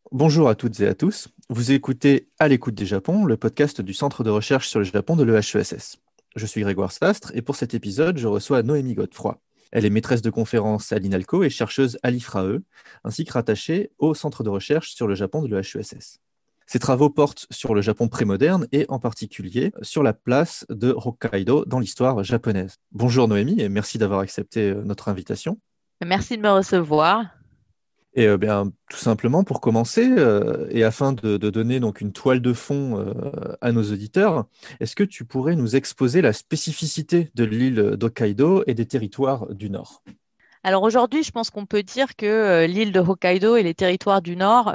Bonjour à toutes et à tous. Vous écoutez À l'écoute des Japon, le podcast du Centre de recherche sur le Japon de l'EHESS. Je suis Grégoire Sastre et pour cet épisode, je reçois Noémie Godefroy. Elle est maîtresse de conférences à l'INALCO et chercheuse à l'IFRAE, ainsi que rattachée au Centre de recherche sur le Japon de l'EHESS. Ses travaux portent sur le Japon prémoderne et en particulier sur la place de Hokkaido dans l'histoire japonaise. Bonjour Noémie et merci d'avoir accepté notre invitation. Merci de me recevoir. Et bien, tout simplement pour commencer, et afin de donner donc une toile de fond à nos auditeurs, est-ce que tu pourrais nous exposer la spécificité de l'île d'Hokkaido et des territoires du Nord? Alors aujourd'hui, je pense qu'on peut dire que l'île de Hokkaido et les territoires du Nord,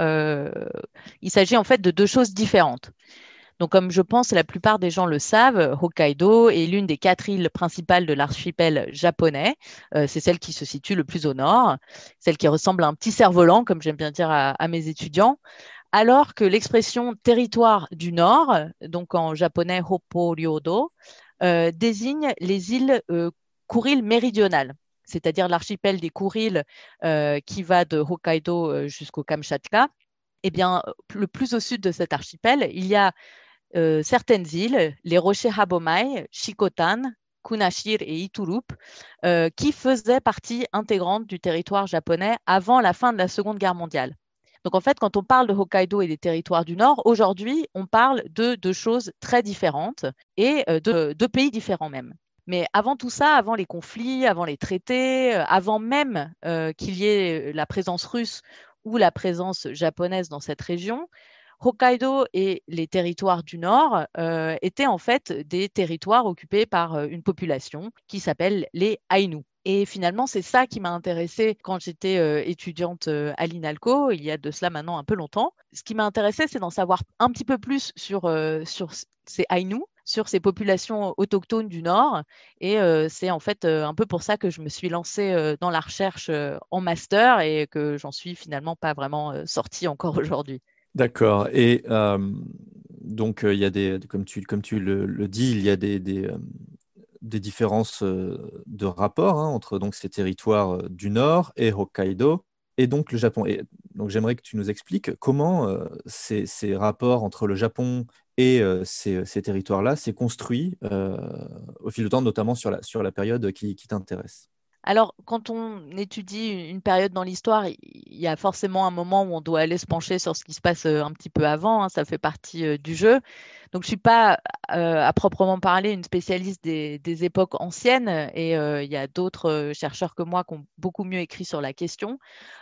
il s'agit en fait de deux choses différentes. Donc comme je pense la plupart des gens le savent, Hokkaido est l'une des quatre îles principales de l'archipel japonais. C'est celle qui se situe le plus au nord, celle qui ressemble à un petit cerf-volant, comme j'aime bien dire à mes étudiants. Alors que l'expression territoire du Nord, donc en japonais Hopporyodo, désigne les îles Kuriles méridionales, c'est-à-dire l'archipel des Kuriles qui va de Hokkaido jusqu'au Kamchatka. Eh bien, le plus au sud de cet archipel, il y a certaines îles, les rochers Habomai, Shikotan, Kunashir et Iturup, qui faisaient partie intégrante du territoire japonais avant la fin de la Seconde Guerre mondiale. Donc en fait, quand on parle de Hokkaido et des territoires du Nord, aujourd'hui, on parle de deux choses très différentes et de deux pays différents même. Mais avant tout ça, avant les conflits, avant les traités, avant même qu'il y ait la présence russe ou la présence japonaise dans cette région, Hokkaido et les territoires du Nord étaient en fait des territoires occupés par une population qui s'appelle les Ainu. Et finalement, c'est ça qui m'a intéressée quand j'étais étudiante à l'INALCO, il y a de cela maintenant un peu longtemps. Ce qui m'a intéressée, c'est d'en savoir un petit peu plus sur ces Ainu, sur ces populations autochtones du Nord. Et c'est en fait un peu pour ça que je me suis lancée dans la recherche en master et que j'en suis finalement pas vraiment sortie encore aujourd'hui. D'accord. Et donc, il y a comme tu le dis, il y a des différences de rapport hein, entre donc, ces territoires du Nord et Hokkaido et donc le Japon. Et donc j'aimerais que tu nous expliques comment ces rapports entre le Japon et ces territoires-là s'est construit au fil du temps, notamment sur la période qui t'intéresse. Alors, quand on étudie une période dans l'histoire, il y a forcément un moment où on doit aller se pencher sur ce qui se passe un petit peu avant, hein, ça fait partie du jeu. Donc, je ne suis pas à proprement parler une spécialiste des époques anciennes et il y a d'autres chercheurs que moi qui ont beaucoup mieux écrit sur la question.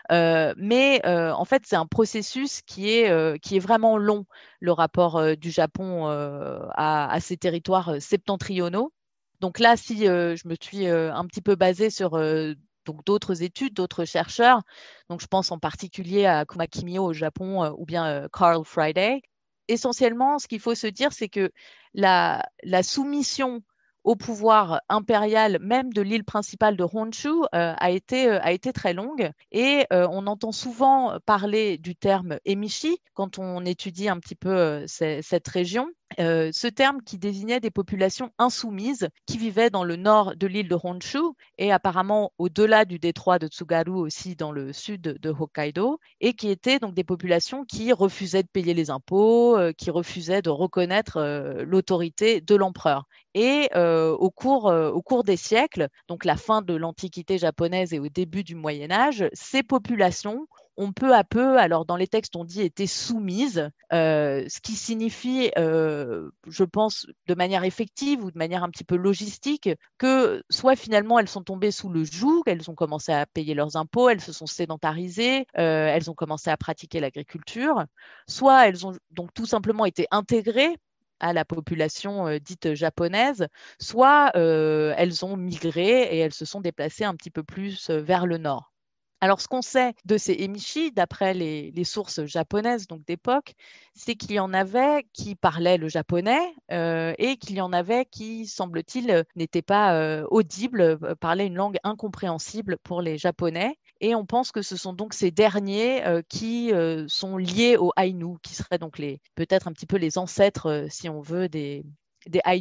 Mais en fait, c'est un processus qui est vraiment long, le rapport du Japon à ces territoires septentrionaux. Donc là, si je me suis un petit peu basée sur donc d'autres études, d'autres chercheurs, donc je pense en particulier à Kuma Kimio au Japon ou bien Carl Friday. Essentiellement, ce qu'il faut se dire, c'est que la soumission au pouvoir impérial même de l'île principale de Honshu a été très longue et on entend souvent parler du terme emishi quand on étudie un petit peu cette région. Ce terme qui désignait des populations insoumises qui vivaient dans le nord de l'île de Honshu et apparemment au-delà du détroit de Tsugaru aussi dans le sud de Hokkaido et qui étaient donc des populations qui refusaient de payer les impôts, qui refusaient de reconnaître l'autorité de l'empereur. Et au cours des siècles, donc la fin de l'Antiquité japonaise et au début du Moyen Âge, ces populations ont peu à peu, alors dans les textes on dit étaient soumises, ce qui signifie, je pense, de manière effective ou de manière un petit peu logistique, que soit finalement elles sont tombées sous le joug, elles ont commencé à payer leurs impôts, elles se sont sédentarisées, elles ont commencé à pratiquer l'agriculture, soit elles ont donc tout simplement été intégrées à la population dite japonaise, soit elles ont migré et elles se sont déplacées un petit peu plus vers le nord. Alors, ce qu'on sait de ces emishi, d'après les sources japonaises donc d'époque, c'est qu'il y en avait qui parlaient le japonais et qu'il y en avait qui, semble-t-il, n'étaient pas audibles, parlaient une langue incompréhensible pour les Japonais. Et on pense que ce sont donc ces derniers qui sont liés aux Ainu, qui seraient donc peut-être un petit peu les ancêtres, si on veut, des Ainu.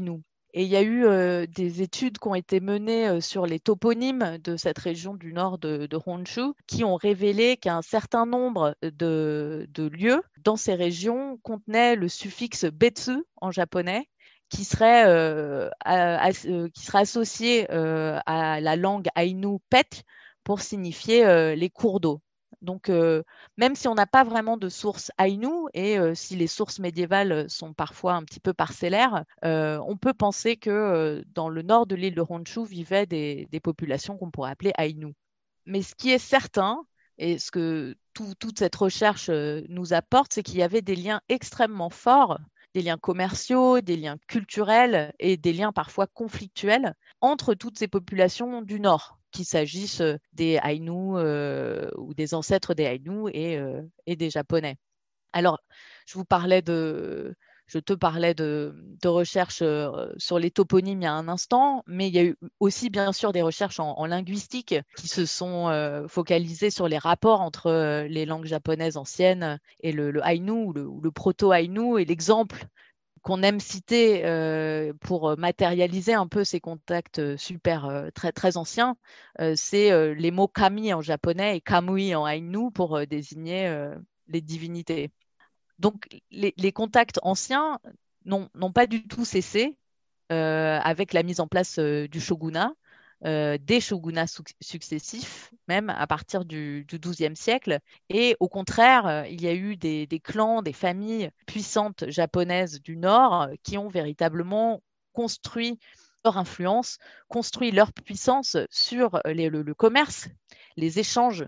Et il y a eu des études qui ont été menées sur les toponymes de cette région du nord de Honshu qui ont révélé qu'un certain nombre de lieux dans ces régions contenaient le suffixe betsu en japonais qui serait associé à la langue aïnou pet pour signifier les cours d'eau. Donc, même si on n'a pas vraiment de sources aïnou et si les sources médiévales sont parfois un petit peu parcellaires, on peut penser que dans le nord de l'île de Honshu vivaient des populations qu'on pourrait appeler aïnou. Mais ce qui est certain, et ce que toute cette recherche nous apporte, c'est qu'il y avait des liens extrêmement forts, des liens commerciaux, des liens culturels et des liens parfois conflictuels entre toutes ces populations du Nord, qu'il s'agisse des Aïnous ou des ancêtres des Aïnous et des Japonais. Alors, je te parlais de recherches sur les toponymes il y a un instant, mais il y a eu aussi bien sûr des recherches en linguistique qui se sont focalisées sur les rapports entre les langues japonaises anciennes et le Ainu ou le proto-Ainu. Et l'exemple qu'on aime citer pour matérialiser un peu ces contacts très, très anciens, c'est les mots kami en japonais et kamui en Ainu pour désigner les divinités. Donc, les contacts anciens n'ont pas du tout cessé avec la mise en place du shogunat, des shogunats successifs, même à partir du XIIe siècle. Et au contraire, il y a eu des clans, des familles puissantes japonaises du Nord qui ont véritablement construit leur influence, construit leur puissance sur le commerce, les échanges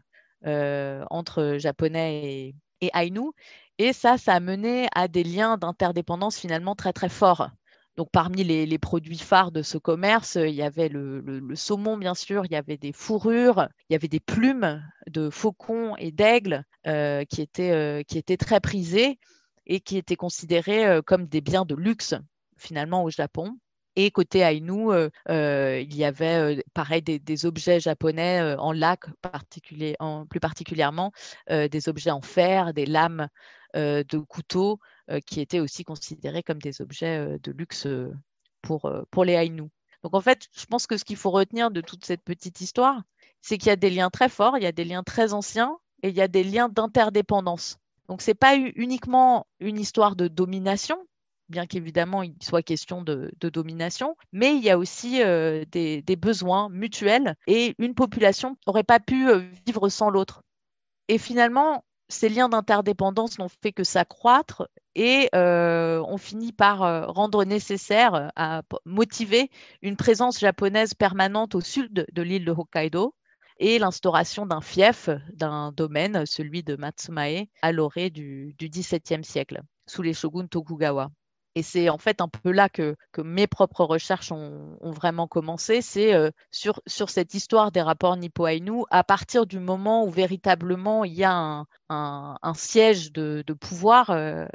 entre Japonais et Ainu. Et ça a mené à des liens d'interdépendance finalement très très forts. Donc parmi les produits phares de ce commerce, il y avait le saumon bien sûr, il y avait des fourrures, il y avait des plumes de faucons et d'aigles qui étaient très prisées et qui étaient considérées comme des biens de luxe finalement au Japon. Et côté Ainu, il y avait pareil des objets japonais en lac plus particulièrement, des objets en fer, des lames de couteaux qui étaient aussi considérés comme des objets de luxe pour les Ainu. Donc en fait, je pense que ce qu'il faut retenir de toute cette petite histoire, c'est qu'il y a des liens très forts, il y a des liens très anciens et il y a des liens d'interdépendance. Donc ce n'est pas uniquement une histoire de domination, bien qu'évidemment il soit question de domination, mais il y a aussi des besoins mutuels et une population n'aurait pas pu vivre sans l'autre. Et finalement, ces liens d'interdépendance n'ont fait que s'accroître et on finit par rendre nécessaire, à motiver une présence japonaise permanente au sud de l'île de Hokkaido et l'instauration d'un fief, d'un domaine, celui de Matsumae, à l'orée du XVIIe siècle, sous les shoguns Tokugawa. Et c'est en fait un peu là que mes propres recherches ont vraiment commencé, c'est sur cette histoire des rapports Nippo-Ainu, à partir du moment où véritablement il y a un siège de pouvoir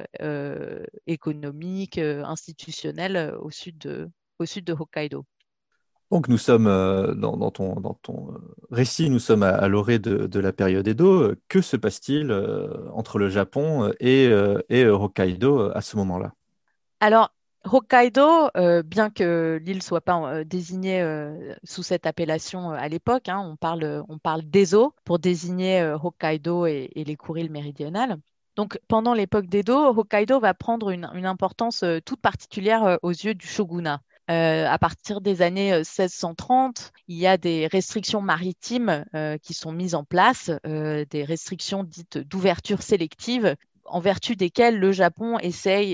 économique, institutionnel au sud de Hokkaido. Donc nous sommes dans ton récit, nous sommes à l'orée de la période Edo. Que se passe-t-il entre le Japon et Hokkaido à ce moment-là? Alors, Hokkaido, bien que l'île soit pas désignée sous cette appellation à l'époque, hein, on parle d'Ezo pour désigner Hokkaido et les Kuriles méridionales. Donc, pendant l'époque d'Edo, Hokkaido va prendre une importance toute particulière aux yeux du shogunat. À partir des années 1630, il y a des restrictions maritimes qui sont mises en place, des restrictions dites d'ouverture sélective en vertu desquelles le Japon essaye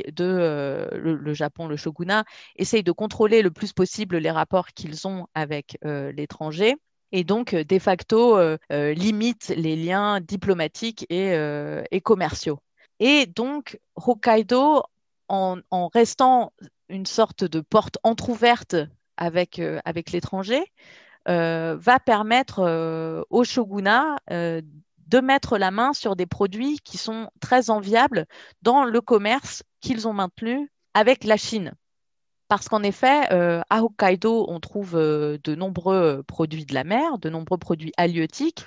le shogunat, essaye de contrôler le plus possible les rapports qu'ils ont avec l'étranger et donc de facto limite les liens diplomatiques et commerciaux. Et donc Hokkaido, en restant une sorte de porte entrouverte avec l'étranger, va permettre au shogunat de mettre la main sur des produits qui sont très enviables dans le commerce qu'ils ont maintenu avec la Chine. Parce qu'en effet, à Hokkaido, on trouve de nombreux produits de la mer, de nombreux produits halieutiques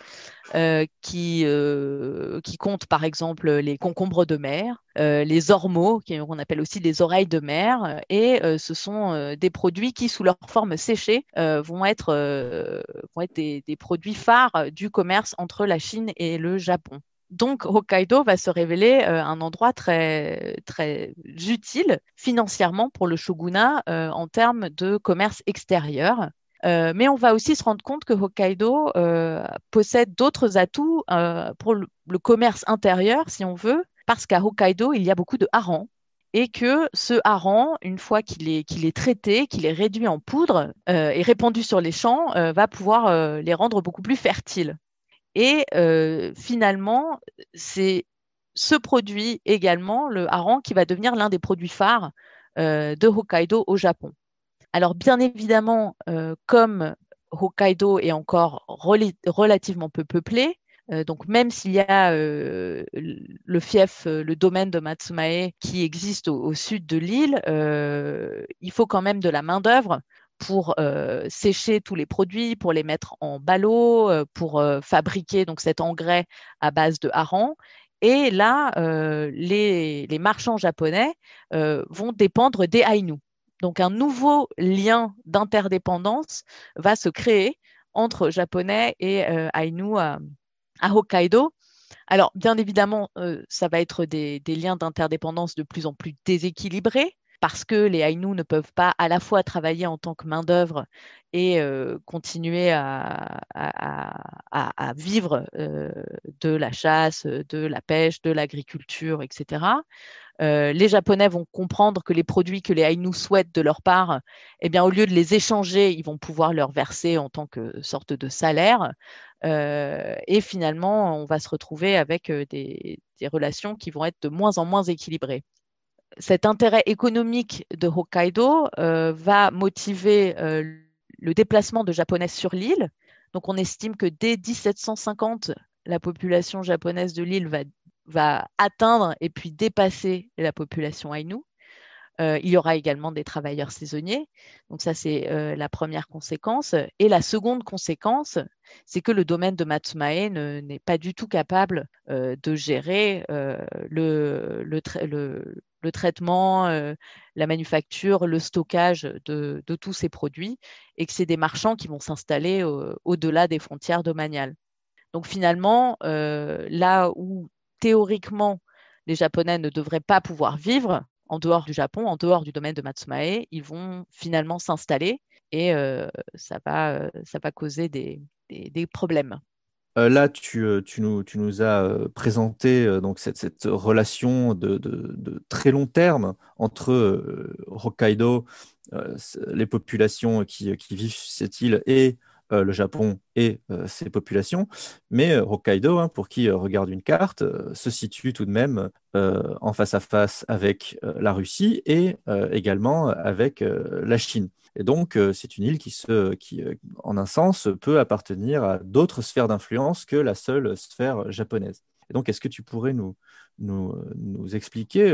qui comptent par exemple les concombres de mer, les ormeaux, qu'on appelle aussi les oreilles de mer, et ce sont des produits qui, sous leur forme séchée, vont être des produits phares du commerce entre la Chine et le Japon. Donc, Hokkaido va se révéler un endroit très, très utile financièrement pour le shogunat en termes de commerce extérieur. Mais on va aussi se rendre compte que Hokkaido possède d'autres atouts pour le commerce intérieur, si on veut, parce qu'à Hokkaido, il y a beaucoup de harengs et que ce hareng, une fois qu'il est traité, qu'il est réduit en poudre et répandu sur les champs, va pouvoir les rendre beaucoup plus fertiles. Et finalement, c'est ce produit également, le hareng, qui va devenir l'un des produits phares de Hokkaido au Japon. Alors bien évidemment, comme Hokkaido est encore relativement peu peuplé, donc même s'il y a le fief, le domaine de Matsumae qui existe au sud de l'île, il faut quand même de la main-d'œuvre pour sécher tous les produits, pour les mettre en ballot, pour fabriquer donc cet engrais à base de hareng. Et là, les marchands japonais vont dépendre des Ainu. Donc un nouveau lien d'interdépendance va se créer entre Japonais et Ainu à Hokkaido. Alors, bien évidemment, ça va être des liens d'interdépendance de plus en plus déséquilibrés parce que les Ainu ne peuvent pas à la fois travailler en tant que main-d'œuvre et continuer à vivre de la chasse, de la pêche, de l'agriculture, etc. Les Japonais vont comprendre que les produits que les Ainu souhaitent de leur part, eh bien, au lieu de les échanger, ils vont pouvoir leur verser en tant que sorte de salaire. Et finalement, on va se retrouver avec des relations qui vont être de moins en moins équilibrées. Cet intérêt économique de Hokkaido va motiver le déplacement de Japonais sur l'île. Donc, on estime que dès 1750, la population japonaise de l'île va atteindre et puis dépasser la population Ainu. Il y aura également des travailleurs saisonniers. Donc ça, c'est la première conséquence. Et la seconde conséquence, c'est que le domaine de Matsumae n'est pas du tout capable de gérer le traitement, la manufacture, le stockage de tous ces produits, et que c'est des marchands qui vont s'installer au-delà des frontières domaniales. Donc finalement, là où théoriquement les Japonais ne devraient pas pouvoir vivre en dehors du Japon, en dehors du domaine de Matsumae, ils vont finalement s'installer et ça va causer des problèmes. Là, tu nous as présenté donc cette relation de très long terme entre Hokkaido, les populations qui vivent sur cette île, et le Japon et ses populations. Mais Hokkaido, hein, pour qui regarde une carte, se situe tout de même en face à face avec la Russie et également avec la Chine. Et donc, c'est une île qui, en un sens, peut appartenir à d'autres sphères d'influence que la seule sphère japonaise. Et donc, est-ce que tu pourrais nous expliquer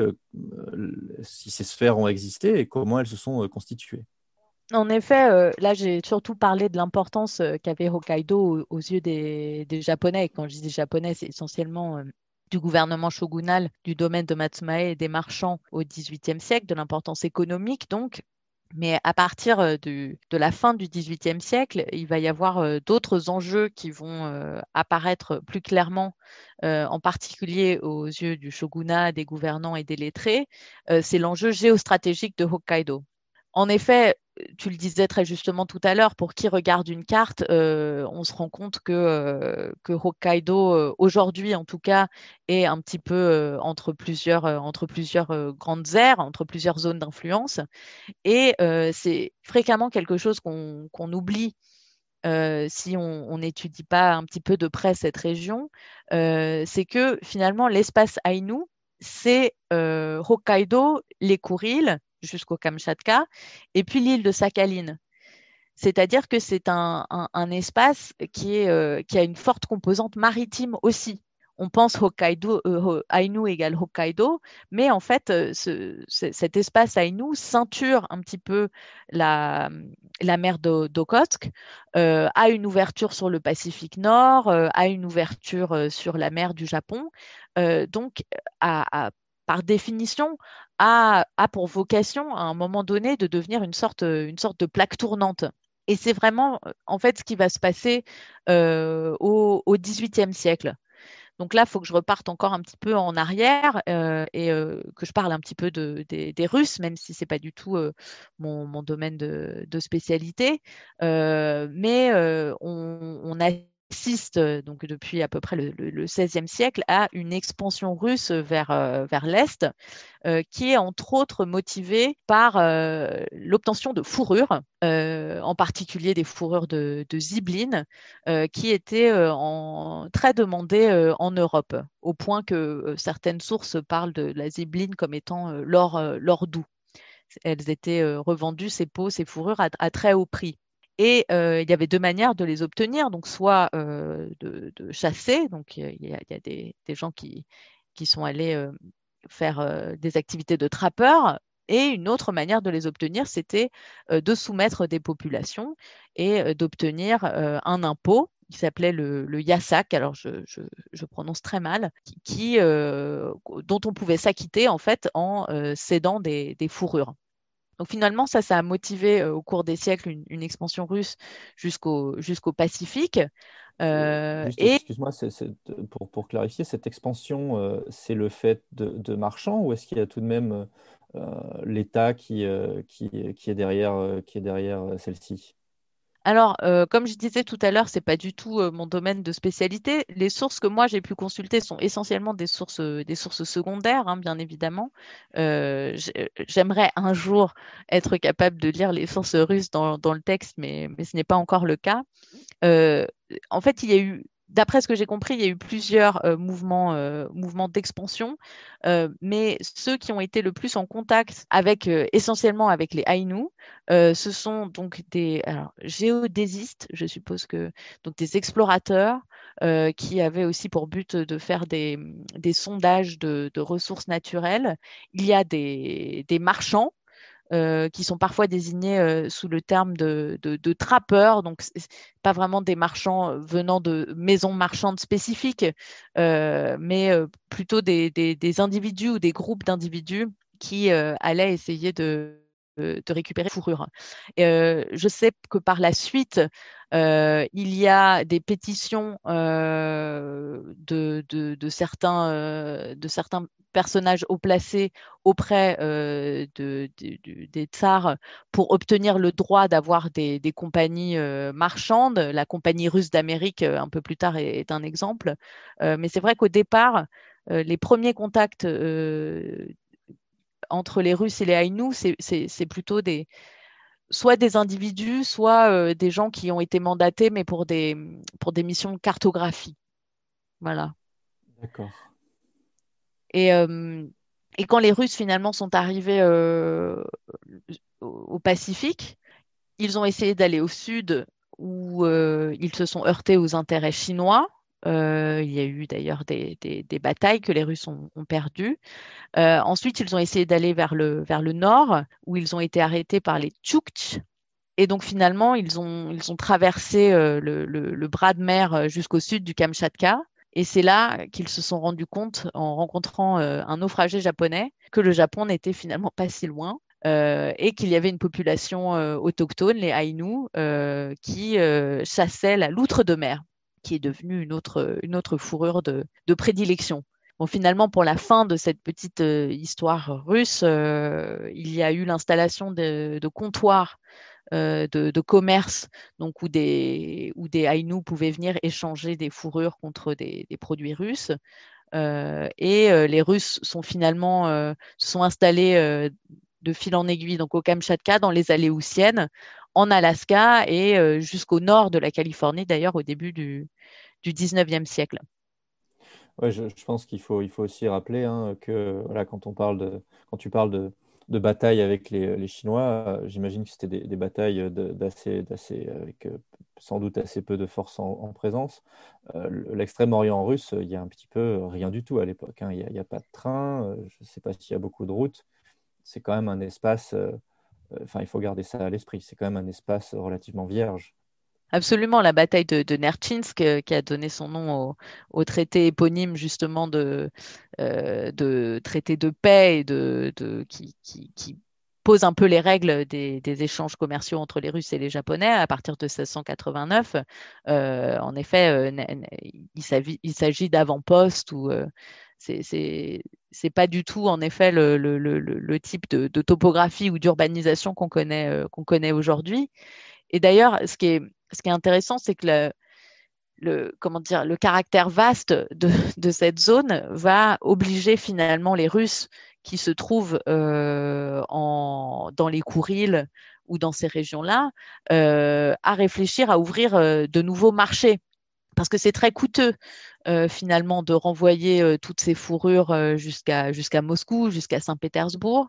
si ces sphères ont existé et comment elles se sont constituées? En effet, là, j'ai surtout parlé de l'importance qu'avait Hokkaido aux yeux des Japonais. Et quand je dis des Japonais, c'est essentiellement du gouvernement shogunal, du domaine de Matsumae et des marchands au XVIIIe siècle, de l'importance économique donc. Mais à partir de la fin du XVIIIe siècle, il va y avoir d'autres enjeux qui vont apparaître plus clairement, en particulier aux yeux du shogunat, des gouvernants et des lettrés. C'est l'enjeu géostratégique de Hokkaido. En effet, tu le disais très justement tout à l'heure, pour qui regarde une carte, on se rend compte que Hokkaido, aujourd'hui en tout cas, est un petit peu entre plusieurs grandes aires, entre plusieurs zones d'influence. Et c'est fréquemment quelque chose qu'on oublie si on n'étudie pas un petit peu de près cette région. C'est que finalement, l'espace Ainu, c'est Hokkaido, les Kuriles jusqu'au Kamchatka, et puis l'île de Sakhaline. C'est-à-dire que c'est un espace qui a une forte composante maritime aussi. on pense Hokkaido, Ainu égale Hokkaido, mais en fait, cet espace Ainu ceinture un petit peu la, la mer d'Okhotsk, a une ouverture sur le Pacifique Nord, a une ouverture sur la mer du Japon. Donc, par définition, a pour vocation, à un moment donné, de devenir une sorte de plaque tournante. Et c'est vraiment, en fait, ce qui va se passer au XVIIIe siècle. Donc là, il faut que je reparte encore un petit peu en arrière et que je parle un petit peu des Russes, même si ce n'est pas du tout mon domaine de spécialité. Mais on assiste donc depuis à peu près le XVIe siècle à une expansion russe vers l'Est qui est entre autres motivé par l'obtention de fourrures, en particulier des fourrures de zibeline, qui étaient très demandées en Europe, au point que certaines sources parlent de la zibeline comme étant l'or doux. Elles étaient revendues, ces peaux, ces fourrures, à très haut prix. Et il y avait deux manières de les obtenir, donc soit de chasser, donc il y a des gens qui sont allés faire des activités de trappeurs. Et une autre manière de les obtenir, c'était de soumettre des populations et d'obtenir un impôt qui s'appelait le yasak, alors je prononce très mal, dont on pouvait s'acquitter en fait en cédant des fourrures. Donc finalement, ça a motivé au cours des siècles une expansion russe jusqu'au Pacifique. Juste, Et excuse-moi, pour clarifier, cette expansion, c'est le fait de marchands ou est-ce qu'il y a tout de même l'État qui est derrière celle-ci? Alors, comme je disais tout à l'heure, c'est pas du tout mon domaine de spécialité. Les sources que moi j'ai pu consulter sont essentiellement des sources secondaires, hein, bien évidemment. J'aimerais un jour être capable de lire les sources russes dans le texte, mais ce n'est pas encore le cas. Euh, En fait, il y a eu, d'après ce que j'ai compris, il y a eu plusieurs mouvements d'expansion, mais ceux qui ont été le plus en contact avec, essentiellement avec les Aïnous, ce sont donc des alors, géodésistes, je suppose que, donc des explorateurs qui avaient aussi pour but de faire des sondages de ressources naturelles. Il y a des marchands qui sont parfois désignés sous le terme de trappeurs, donc c'est pas vraiment des marchands venant de maisons marchandes spécifiques, mais plutôt des individus ou des groupes d'individus qui allaient essayer de récupérer fourrure. Je sais que par la suite, il y a des pétitions de certains personnages haut placés auprès des tsars pour obtenir le droit d'avoir des compagnies marchandes. La compagnie russe d'Amérique, un peu plus tard, est un exemple. Mais c'est vrai qu'au départ, les premiers contacts entre les Russes et les Aïnous, c'est plutôt soit des individus, soit des gens qui ont été mandatés, mais pour des missions de cartographie. Voilà. D'accord. Et, euh, et quand les Russes finalement sont arrivés au Pacifique, ils ont essayé d'aller au sud où ils se sont heurtés aux intérêts chinois. Il y a eu d'ailleurs des batailles que les Russes ont perdues. Ensuite, ils ont essayé d'aller vers le nord où ils ont été arrêtés par les Tchouktches. Et donc finalement, ils ont traversé le bras de mer jusqu'au sud du Kamchatka. Et c'est là qu'ils se sont rendus compte, en rencontrant un naufragé japonais, que le Japon n'était finalement pas si loin et qu'il y avait une population autochtone, les Aïnous, qui chassait la loutre de mer, qui est devenue une autre fourrure de prédilection. Bon, finalement, pour la fin de cette petite histoire russe, il y a eu l'installation de comptoirs de commerce, donc où des Aïnous pouvaient venir échanger des fourrures contre des produits russes. Les Russes se sont installés de fil en aiguille donc au Kamchatka, dans les Aléoutiennes, en Alaska et jusqu'au nord de la Californie, d'ailleurs, au début du 19e siècle. Ouais, je pense il faut aussi rappeler hein, que voilà, quand tu parles de bataille avec les Chinois, j'imagine que c'était des batailles avec sans doute assez peu de forces en présence. L'extrême-orient russe, il y a un petit peu rien du tout à l'époque, hein. Il y a pas de train, je ne sais pas s'il y a beaucoup de routes. C'est quand même un espace, enfin, il faut garder ça à l'esprit, c'est quand même un espace relativement vierge. Absolument, la bataille de Nertchinsk, qui a donné son nom au traité éponyme justement de traité de paix et qui pose un peu les règles des échanges commerciaux entre les Russes et les Japonais à partir de 1689. En effet, il s'agit d'avant-postes ou c'est pas du tout en effet le type de topographie ou d'urbanisation qu'on connaît aujourd'hui. Et d'ailleurs, ce qui est intéressant, c'est que comment dire, le caractère vaste de cette zone va obliger finalement les Russes qui se trouvent dans les Kourils ou dans ces régions-là à réfléchir à ouvrir de nouveaux marchés parce que c'est très coûteux finalement de renvoyer toutes ces fourrures jusqu'à Moscou, jusqu'à Saint-Pétersbourg.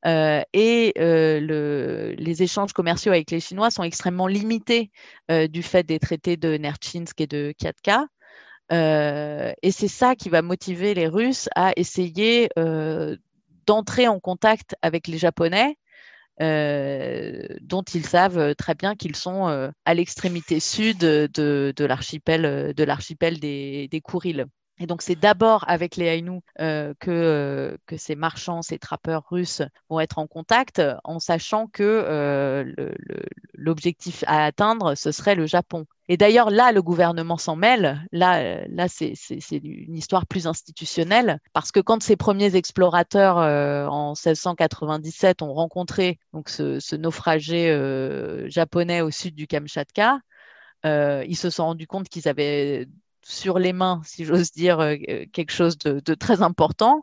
Les échanges commerciaux avec les Chinois sont extrêmement limités du fait des traités de Nertchinsk et de Kiakhta. Et c'est ça qui va motiver les Russes à essayer d'entrer en contact avec les Japonais dont ils savent très bien qu'ils sont à l'extrémité sud de l'archipel des Kourils. Et donc, c'est d'abord avec les Aïnous que ces marchands, ces trappeurs russes vont être en contact, en sachant que l'objectif à atteindre, ce serait le Japon. Et d'ailleurs, là, le gouvernement s'en mêle. Là c'est une histoire plus institutionnelle, parce que quand ces premiers explorateurs en 1697 ont rencontré donc ce naufragé japonais au sud du Kamchatka, ils se sont rendus compte qu'ils avaient sur les mains, si j'ose dire, quelque chose de très important.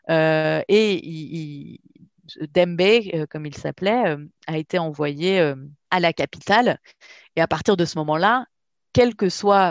Dembe, comme il s'appelait, a été envoyé à la capitale. Et à partir de ce moment-là, quelle que soit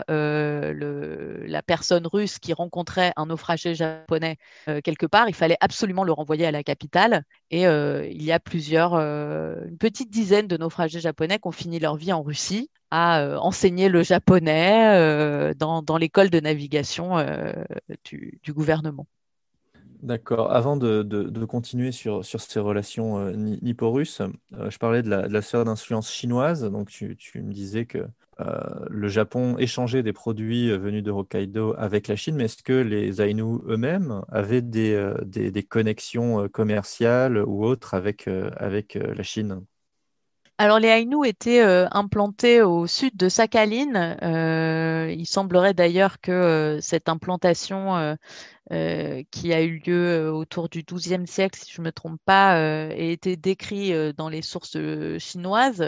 la personne russe qui rencontrait un naufragé japonais quelque part, il fallait absolument le renvoyer à la capitale. Et il y a une petite dizaine de naufragés japonais qui ont fini leur vie en Russie à enseigner le japonais dans l'école de navigation du gouvernement. D'accord. Avant de continuer sur ces relations nippo-russes, je parlais de la sphère d'influence chinoise. Donc, tu me disais que le Japon échangeait des produits venus de Hokkaido avec la Chine, mais est-ce que les Aïnous eux-mêmes avaient des connexions commerciales ou autres avec la Chine? Alors, les Aïnous étaient implantés au sud de Sakhaline. Il semblerait d'ailleurs que cette implantation qui a eu lieu autour du XIIe siècle, si je ne me trompe pas, ait été décrit dans les sources chinoises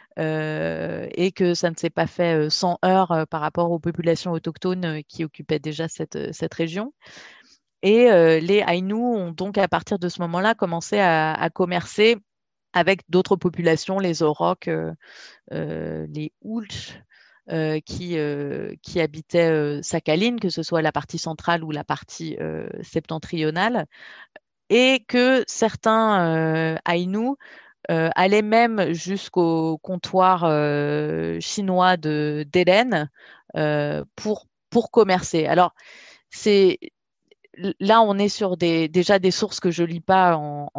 et que ça ne s'est pas fait sans heurts par rapport aux populations autochtones qui occupaient déjà cette région. Et les Aïnous ont donc, à partir de ce moment-là, commencé à commercer avec d'autres populations, les Aurochs, les Oulch, qui habitaient Sakhaline, que ce soit la partie centrale ou la partie septentrionale, et que certains Aïnous allaient même jusqu'au comptoir chinois d'Hélène pour commercer. Alors, c'est, là, on est sur déjà des sources que je lis pas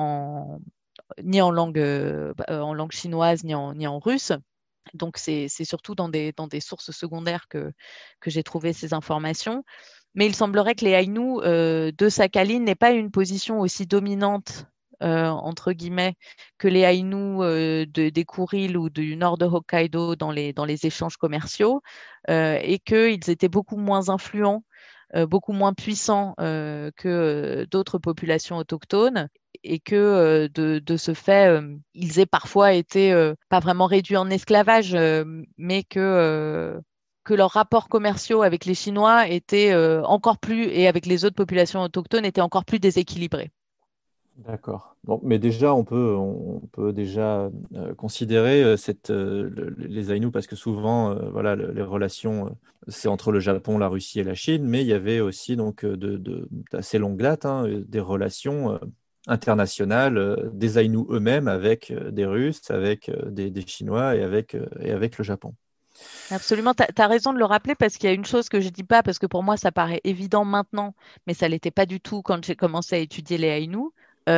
ni en langue chinoise ni en russe. Donc, c'est surtout dans des sources secondaires que j'ai trouvé ces informations. Mais il semblerait que les Aïnous de Sakhaline n'aient pas une position aussi dominante, entre guillemets, que les Aïnous des Kourils ou du nord de Hokkaido dans les échanges commerciaux, et qu'ils étaient beaucoup moins influents, beaucoup moins puissants que d'autres populations autochtones et que de ce fait, ils aient parfois été pas vraiment réduits en esclavage, mais que leurs rapports commerciaux avec les Chinois étaient encore plus, et avec les autres populations autochtones, étaient encore plus déséquilibrés. D'accord. Bon, mais déjà, on peut déjà considérer les Aïnous, parce que souvent, voilà, les relations, c'est entre le Japon, la Russie et la Chine, mais il y avait aussi donc d'assez longue date, hein, des relations internationales des Aïnous eux-mêmes avec des Russes, avec des Chinois et avec le Japon. Absolument, tu as raison de le rappeler parce qu'il y a une chose que je dis pas, parce que pour moi ça paraît évident maintenant, mais ça l'était pas du tout quand j'ai commencé à étudier les Aïnous.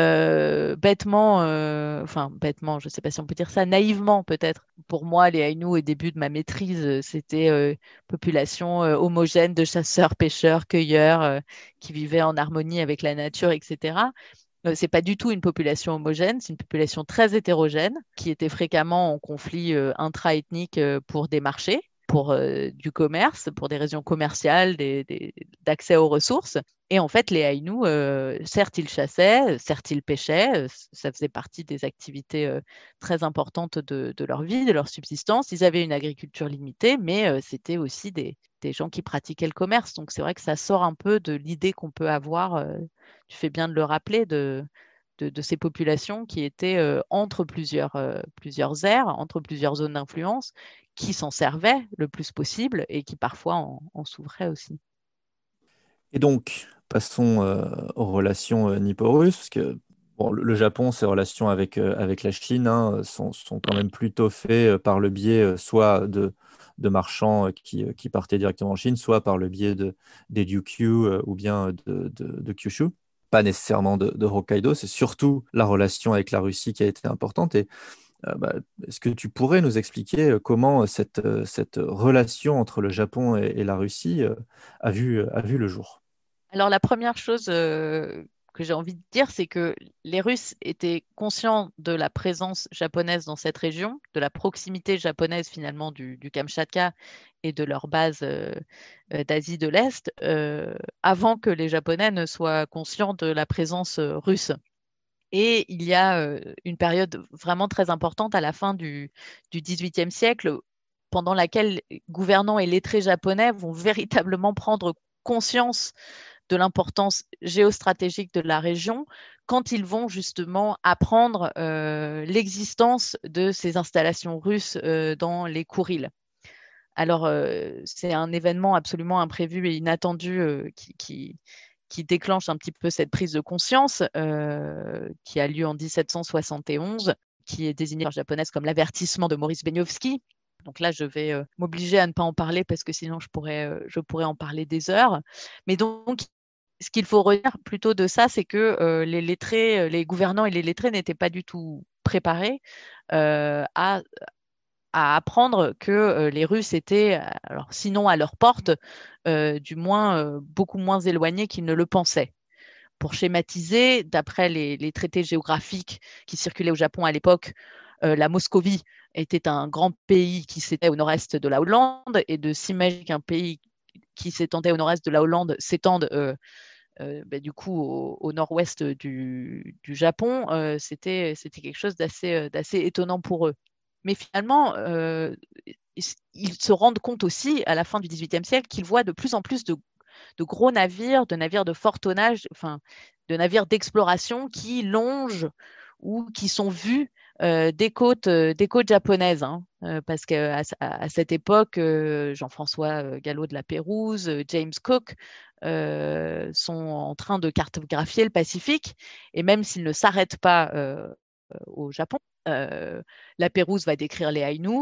Bêtement, enfin bêtement, je sais pas si on peut dire ça, naïvement peut-être. Pour moi, les Aïnous, au début de ma maîtrise, c'était population homogène de chasseurs, pêcheurs, cueilleurs qui vivaient en harmonie avec la nature, etc. C'est pas du tout une population homogène, c'est une population très hétérogène qui était fréquemment en conflit intra-ethnique pour des marchés, pour du commerce, pour des raisons commerciales, d'accès aux ressources. Et en fait, les Aïnous, certes, ils chassaient, certes, ils pêchaient, ça faisait partie des activités très importantes de leur vie, de leur subsistance. Ils avaient une agriculture limitée, mais c'était aussi des gens qui pratiquaient le commerce. Donc, c'est vrai que ça sort un peu de l'idée qu'on peut avoir tu fais bien de le rappeler, de ces populations qui étaient entre plusieurs aires, entre plusieurs zones d'influence, qui s'en servaient le plus possible et qui parfois en souffraient aussi. Et donc, passons aux relations nippo-russes, parce que bon, le Japon, ses relations avec la Chine hein, sont quand même plutôt faites par le biais soit de marchands qui partaient directement en Chine, soit par le biais des Ryukyu ou bien de Kyushu. Pas nécessairement de Hokkaido, c'est surtout la relation avec la Russie qui a été importante. Et bah, est-ce que tu pourrais nous expliquer comment cette relation entre le Japon et la Russie a vu le jour? Alors la première chose que j'ai envie de dire, c'est que les Russes étaient conscients de la présence japonaise dans cette région, de la proximité japonaise finalement du Kamchatka et de leur base d'Asie de l'Est, avant que les Japonais ne soient conscients de la présence russe. Et il y a une période vraiment très importante à la fin du XVIIIe siècle, pendant laquelle gouvernants et lettrés japonais vont véritablement prendre conscience de l'importance géostratégique de la région quand ils vont justement apprendre l'existence de ces installations russes dans les Kourils. Alors, c'est un événement absolument imprévu et inattendu qui déclenche un petit peu cette prise de conscience qui a lieu en 1771, qui est désignée par japonaise comme l'avertissement de Maurice Beniowski. Donc là, je vais m'obliger à ne pas en parler parce que sinon je pourrais en parler des heures. Mais donc, ce qu'il faut retenir plutôt de ça, c'est que les lettrés, les gouvernants et les lettrés n'étaient pas du tout préparés à apprendre que les Russes étaient, alors, sinon à leur porte, du moins beaucoup moins éloignés qu'ils ne le pensaient. Pour schématiser, d'après les traités géographiques qui circulaient au Japon à l'époque, la Moscovie était un grand pays qui s'étendait au nord-est de la Hollande, et de s'imaginer qu'un pays qui s'étendait au nord-est de la Hollande s'étende du coup au nord-ouest du Japon, c'était quelque chose d'assez étonnant pour eux. Mais finalement, ils se rendent compte aussi, à la fin du XVIIIe siècle, qu'ils voient de plus en plus de gros navires, de navires de fort tonnage, enfin, de navires d'exploration qui longent ou qui sont vus des côtes japonaises. Hein. Parce qu'à à cette époque, Jean-François Gallo de la Pérouse, James Cook sont en train de cartographier le Pacifique. Et même s'ils ne s'arrêtent pas au Japon, la Pérouse va décrire les Aïnous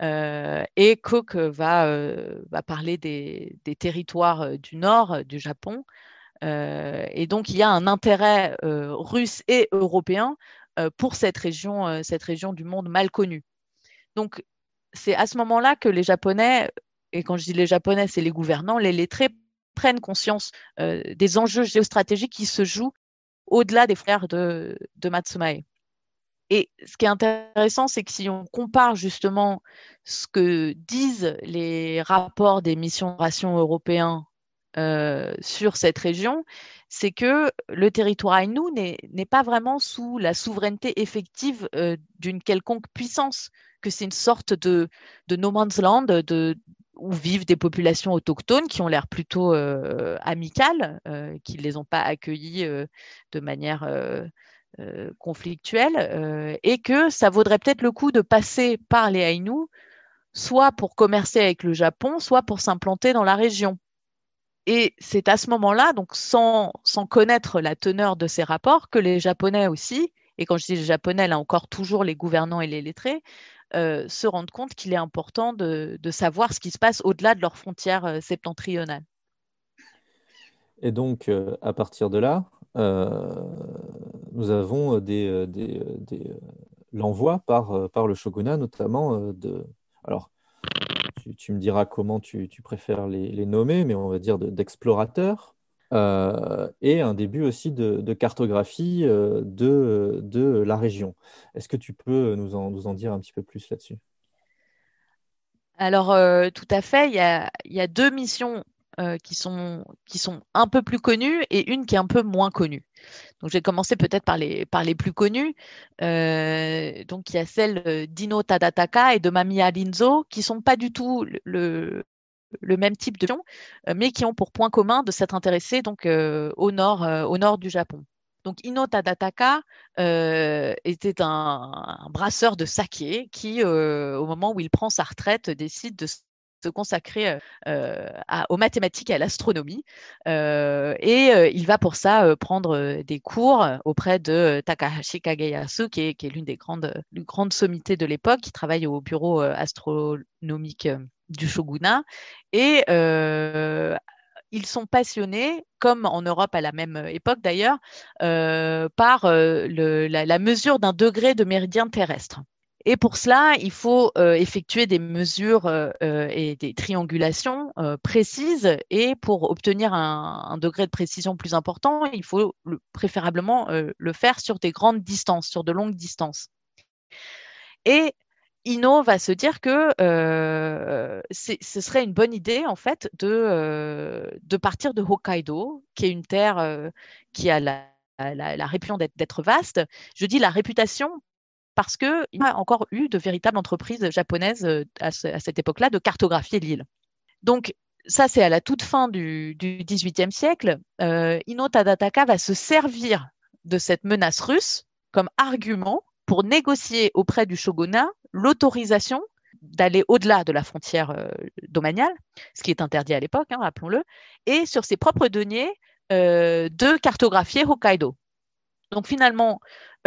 et Cook va parler des territoires du nord du Japon. Et donc, il y a un intérêt russe et européen pour cette région du monde mal connue. Donc, c'est à ce moment-là que les Japonais, et quand je dis les Japonais, c'est les gouvernants, les lettrés, prennent conscience des enjeux géostratégiques qui se jouent au-delà des frères de Matsumae. Et ce qui est intéressant, c'est que si on compare justement ce que disent les rapports des missions de ration européens sur cette région, c'est que le territoire Aïnou n'est pas vraiment sous la souveraineté effective d'une quelconque puissance, que c'est une sorte de no man's land où vivent des populations autochtones qui ont l'air plutôt amicales, qui ne les ont pas accueillis de manière conflictuelle, et que ça vaudrait peut-être le coup de passer par les Aïnous, soit pour commercer avec le Japon, soit pour s'implanter dans la région. Et c'est à ce moment-là, donc sans connaître la teneur de ces rapports, que les Japonais aussi, et quand je dis les Japonais, là encore toujours les gouvernants et les lettrés, se rendent compte qu'il est important de savoir ce qui se passe au-delà de leurs frontières septentrionales. Et donc, à partir de là, nous avons l'envoi par le shogunat, notamment Alors, tu me diras comment tu préfères les nommer, mais on va dire d'explorateurs, et un début aussi de cartographie de la région. Est-ce que tu peux nous en dire un petit peu plus là-dessus? Alors, tout à fait, il y a deux missions qui sont un peu plus connues et une qui est un peu moins connue. Donc, je vais commencer peut-être par les plus connues. Donc, il y a celle d'Ino Tadataka et de Mamiya Linzo, qui sont pas du tout le même type de mission, mais qui ont pour point commun de s'être intéressés donc, au nord du Japon. Donc, Ino Tadataka était un brasseur de saké qui, au moment où il prend sa retraite, décide de se consacrer aux mathématiques et à l'astronomie. Et il va pour ça prendre des cours auprès de Takahashi Kageyasu, qui est l'une des grandes sommités de l'époque, qui travaille au bureau astronomique du shogunat. Et ils sont passionnés, comme en Europe à la même époque d'ailleurs, par la mesure d'un degré de méridien terrestre. Et pour cela, il faut effectuer des mesures et des triangulations précises. Et pour obtenir un degré de précision plus important, il faut préférablement le faire sur des grandes distances, sur de longues distances. Et Ino va se dire que ce serait une bonne idée en fait de partir de Hokkaido, qui est une terre qui a la réputation d'être vaste. Je dis la réputation parce qu'il n'y a pas encore eu de véritable entreprise japonaise à cette époque-là de cartographier l'île. Donc, ça, c'est à la toute fin du XVIIIe siècle. Ino Tadataka va se servir de cette menace russe comme argument pour négocier auprès du shogunat l'autorisation d'aller au-delà de la frontière domaniale, ce qui est interdit à l'époque, hein, rappelons-le, et sur ses propres deniers de cartographier Hokkaido. Donc finalement,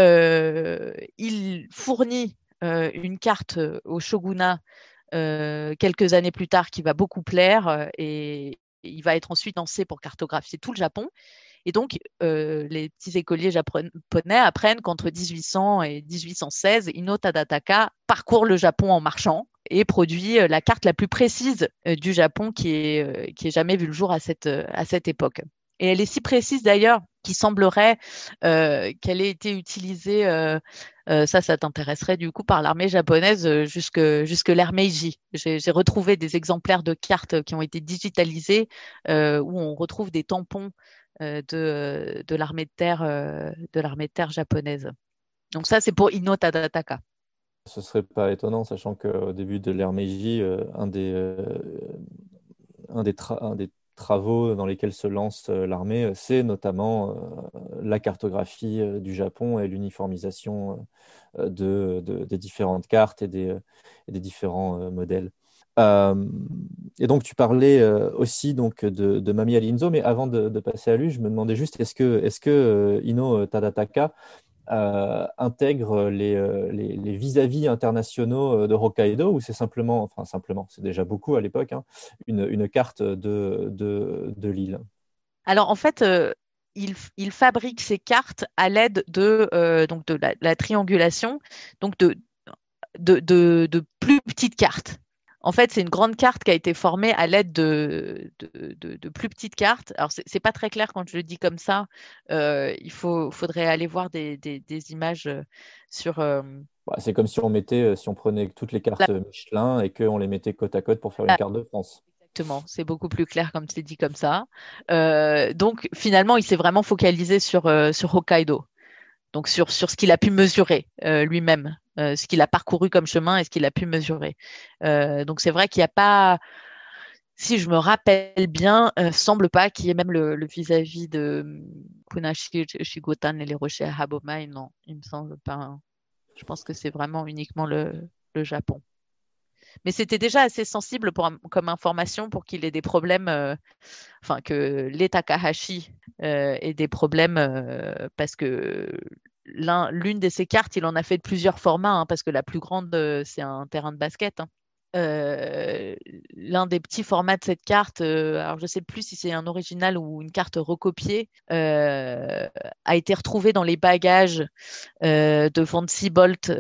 il fournit une carte au shogunat quelques années plus tard qui va beaucoup plaire et il va être ensuite lancé pour cartographier tout le Japon. Et donc, les petits écoliers japonais apprennent qu'entre 1800 et 1816, Ino Tadataka parcourt le Japon en marchant et produit la carte la plus précise du Japon qui est jamais vue le jour à cette époque. Et elle est si précise d'ailleurs qu'il semblerait qu'elle ait été utilisée, ça t'intéresserait du coup, par l'armée japonaise jusque l'ère Meiji. J'ai retrouvé des exemplaires de cartes qui ont été digitalisées où on retrouve des tampons de l'armée de terre japonaise. Donc ça, c'est pour Ino Tadataka. Ce serait pas étonnant, sachant qu'au début de l'ère Meiji, un des travaux dans lesquels se lance l'armée, c'est notamment la cartographie du Japon et l'uniformisation des différentes cartes et des différents modèles. Euh, et donc, tu parlais aussi donc, de Mamiya Linzo, mais avant de passer à lui, je me demandais juste, est-ce que Ino Tadataka intègre les vis-à-vis internationaux de Hokkaido, ou c'est simplement, enfin simplement, c'est déjà beaucoup à l'époque, hein, une carte de l'île? Alors en fait, il fabrique ces cartes à l'aide donc de la triangulation, donc de plus petites cartes. En fait, c'est une grande carte qui a été formée à l'aide de plus petites cartes. Alors, c'est pas très clair quand je le dis comme ça. Faudrait aller voir des images sur. Bah, c'est comme si on prenait toutes les cartes Michelin et qu'on les mettait côte à côte pour faire une carte de France. Exactement, c'est beaucoup plus clair comme c'est dit comme ça. Donc, finalement, il s'est vraiment focalisé sur Hokkaido. Donc sur ce qu'il a pu mesurer lui-même, ce qu'il a parcouru comme chemin et ce qu'il a pu mesurer. Donc c'est vrai qu'il n'y a pas, si je me rappelle bien, semble pas qu'il y ait même le vis-à-vis de Punashi, Shigotan et les rochers à Habomai, non, il me semble pas, hein. Je pense que c'est vraiment uniquement le Japon. Mais c'était déjà assez sensible comme information pour qu'il ait des problèmes, enfin que les Takahashi aient des problèmes parce que l'une de ces cartes, il en a fait de plusieurs formats, hein, parce que la plus grande, c'est un terrain de basket, hein. L'un des petits formats de cette carte, alors je ne sais plus si c'est un original ou une carte recopiée, a été retrouvé dans les bagages de Von Bolt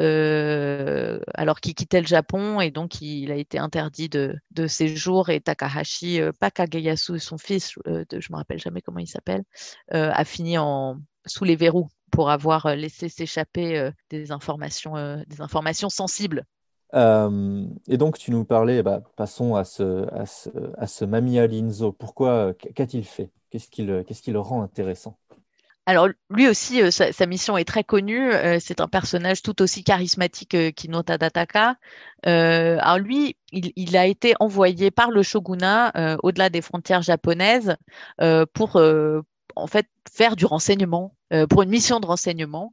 alors qu'il quittait le Japon, et donc il a été interdit de séjour, et Takahashi, pas Kageyasu, son fils, je ne me rappelle jamais comment il s'appelle, a fini sous les verrous pour avoir laissé s'échapper des informations sensibles. Et donc, tu nous parlais, passons à ce Mamiya Linzo. Pourquoi, qu'a-t-il fait? Qu'est-ce qui le rend intéressant? Alors lui aussi, sa mission est très connue. C'est un personnage tout aussi charismatique qu'Ino Tadataka. Alors lui, il a été envoyé par le shogunat au-delà des frontières japonaises pour en fait faire du renseignement, pour une mission de renseignement.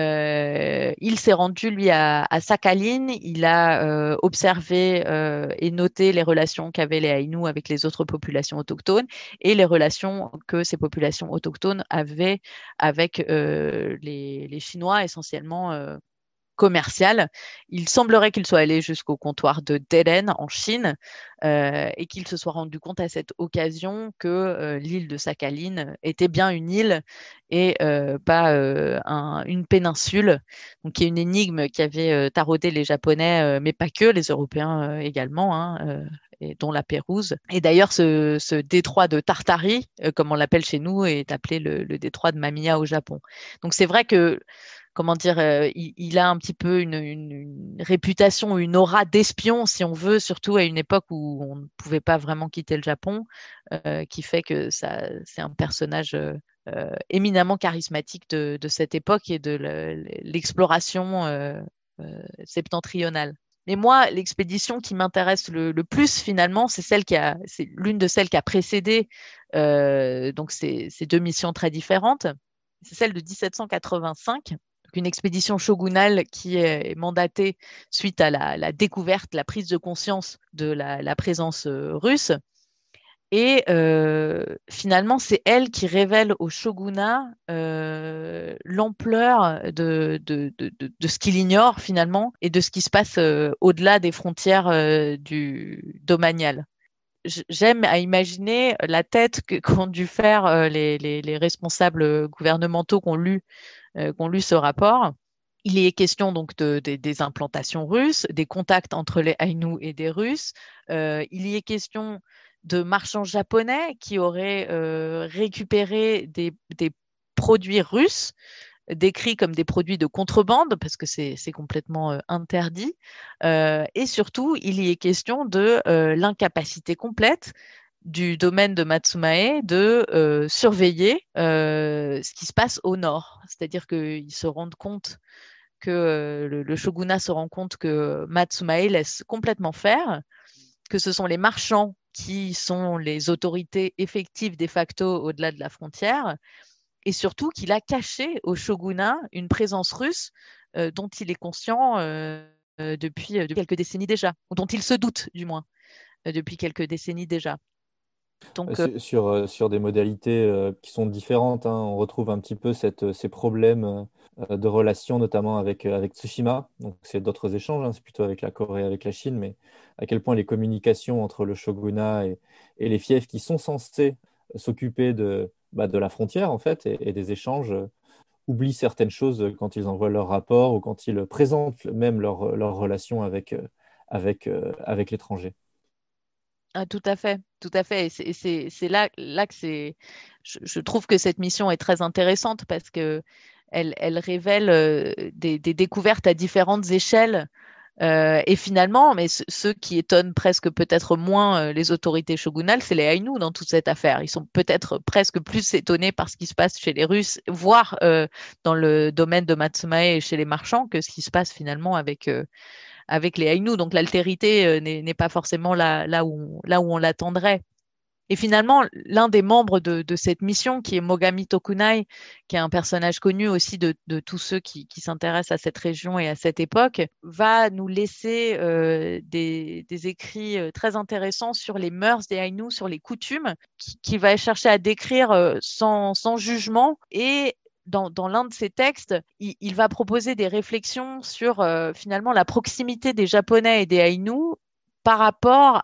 Il s'est rendu lui à Sakhalin. Il a observé et noté les relations qu'avaient les Aïnous avec les autres populations autochtones et les relations que ces populations autochtones avaient avec les Chinois, essentiellement commercial. Il semblerait qu'il soit allé jusqu'au comptoir de Delen en Chine et qu'il se soit rendu compte à cette occasion que l'île de Sakhalin était bien une île et pas une péninsule, donc qui est une énigme qui avait taraudé les Japonais, mais pas que, les Européens également, hein, et dont la Pérouse. Et d'ailleurs, ce détroit de Tartarie, comme on l'appelle chez nous, est appelé le détroit de Mamiya au Japon. Donc c'est vrai que comment dire, il a un petit peu une réputation, une aura d'espion, si on veut, surtout à une époque où on ne pouvait pas vraiment quitter le Japon, qui fait que c'est un personnage éminemment charismatique de cette époque et de l'exploration septentrionale. Mais moi, l'expédition qui m'intéresse le plus finalement, c'est l'une de celles qui a précédé donc ces deux missions très différentes. C'est celle de 1785, une expédition shogunale qui est mandatée suite à la découverte, la prise de conscience de la présence russe. Et finalement, c'est elle qui révèle au shogunat l'ampleur de ce qu'il ignore finalement et de ce qui se passe au-delà des frontières du domanial. J'aime à imaginer la tête qu'ont dû faire les responsables gouvernementaux qui ont lu ce rapport. Il y est question donc des implantations russes, des contacts entre les Aïnous et des Russes. Il y est question de marchands japonais qui auraient récupéré des produits russes décrits comme des produits de contrebande, parce que c'est complètement interdit. Et surtout, il y est question de l'incapacité complète du domaine de Matsumae de surveiller ce qui se passe au nord. C'est-à-dire qu'ils se rendent compte que le shogunat se rend compte que Matsumae laisse complètement faire, que ce sont les marchands qui sont les autorités effectives de facto au-delà de la frontière, et surtout qu'il a caché au shogunat une présence russe dont il est conscient depuis quelques décennies déjà, ou dont il se doute du moins depuis quelques décennies déjà. Donc, Sur des modalités qui sont différentes, hein, on retrouve un petit peu ces problèmes de relations, notamment avec Tsushima. Donc, c'est d'autres échanges, hein, c'est plutôt avec la Corée, avec la Chine, mais à quel point les communications entre le shogunat et les fiefs qui sont censés s'occuper de la frontière, en fait, et des échanges, oublient certaines choses quand ils envoient leur rapport ou quand ils présentent même leur relation avec l'étranger. ah, tout à fait, tout à fait. Et c'est là que je trouve que cette mission est très intéressante parce que elle révèle des découvertes à différentes échelles. Et finalement, mais ceux qui étonnent presque peut-être moins les autorités shogunales, c'est les Aïnous dans toute cette affaire. Ils sont peut-être presque plus étonnés par ce qui se passe chez les Russes, voire dans le domaine de Matsumae et chez les marchands, que ce qui se passe finalement avec les Aïnous. Donc l'altérité n'est pas forcément là où on l'attendrait. Et finalement, l'un des membres de cette mission, qui est Mogami Tokunai, qui est un personnage connu aussi de tous ceux qui s'intéressent à cette région et à cette époque, va nous laisser des écrits très intéressants sur les mœurs des Aïnous, sur les coutumes, qui va chercher à décrire sans jugement et dans l'un de ses textes, il va proposer des réflexions sur finalement la proximité des Japonais et des Aïnous par rapport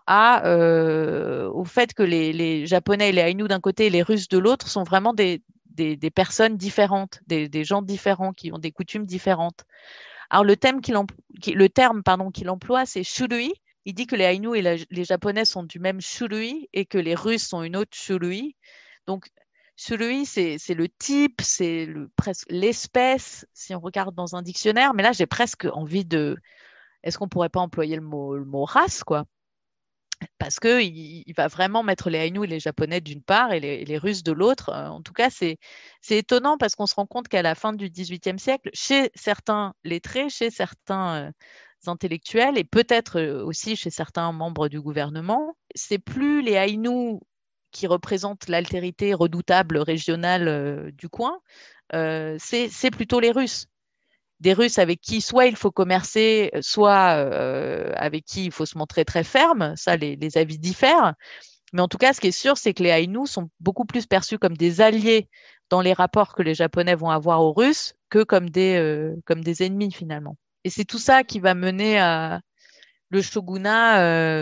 au fait que les Japonais et les Aïnous d'un côté et les Russes de l'autre sont vraiment des personnes différentes, des gens différents qui ont des coutumes différentes. Alors le terme qu'il emploie, c'est shurui. Il dit que les Aïnous et les Japonais sont du même shurui et que les Russes sont une autre shurui. Donc, shurui, c'est le type, c'est presque l'espèce, si on regarde dans un dictionnaire. Mais là, j'ai presque envie de... Est-ce qu'on pourrait pas employer le mot race, quoi? Parce que il va vraiment mettre les Aïnous et les Japonais d'une part et les Russes de l'autre. En tout cas, c'est étonnant parce qu'on se rend compte qu'à la fin du XVIIIe siècle, chez certains lettrés, chez certains intellectuels et peut-être aussi chez certains membres du gouvernement, c'est plus les Aïnous qui représentent l'altérité redoutable régionale du coin, c'est plutôt les Russes. Des Russes avec qui soit il faut commercer, soit avec qui il faut se montrer très ferme. Ça, les avis diffèrent. Mais en tout cas, ce qui est sûr, c'est que les Aïnous sont beaucoup plus perçus comme des alliés dans les rapports que les Japonais vont avoir aux Russes que comme des ennemis finalement. Et c'est tout ça qui va mener à le shogunat,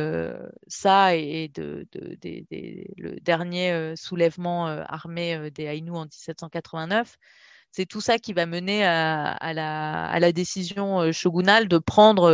ça et le dernier soulèvement armé des Aïnous en 1789. C'est tout ça qui va mener à la décision shogunale de prendre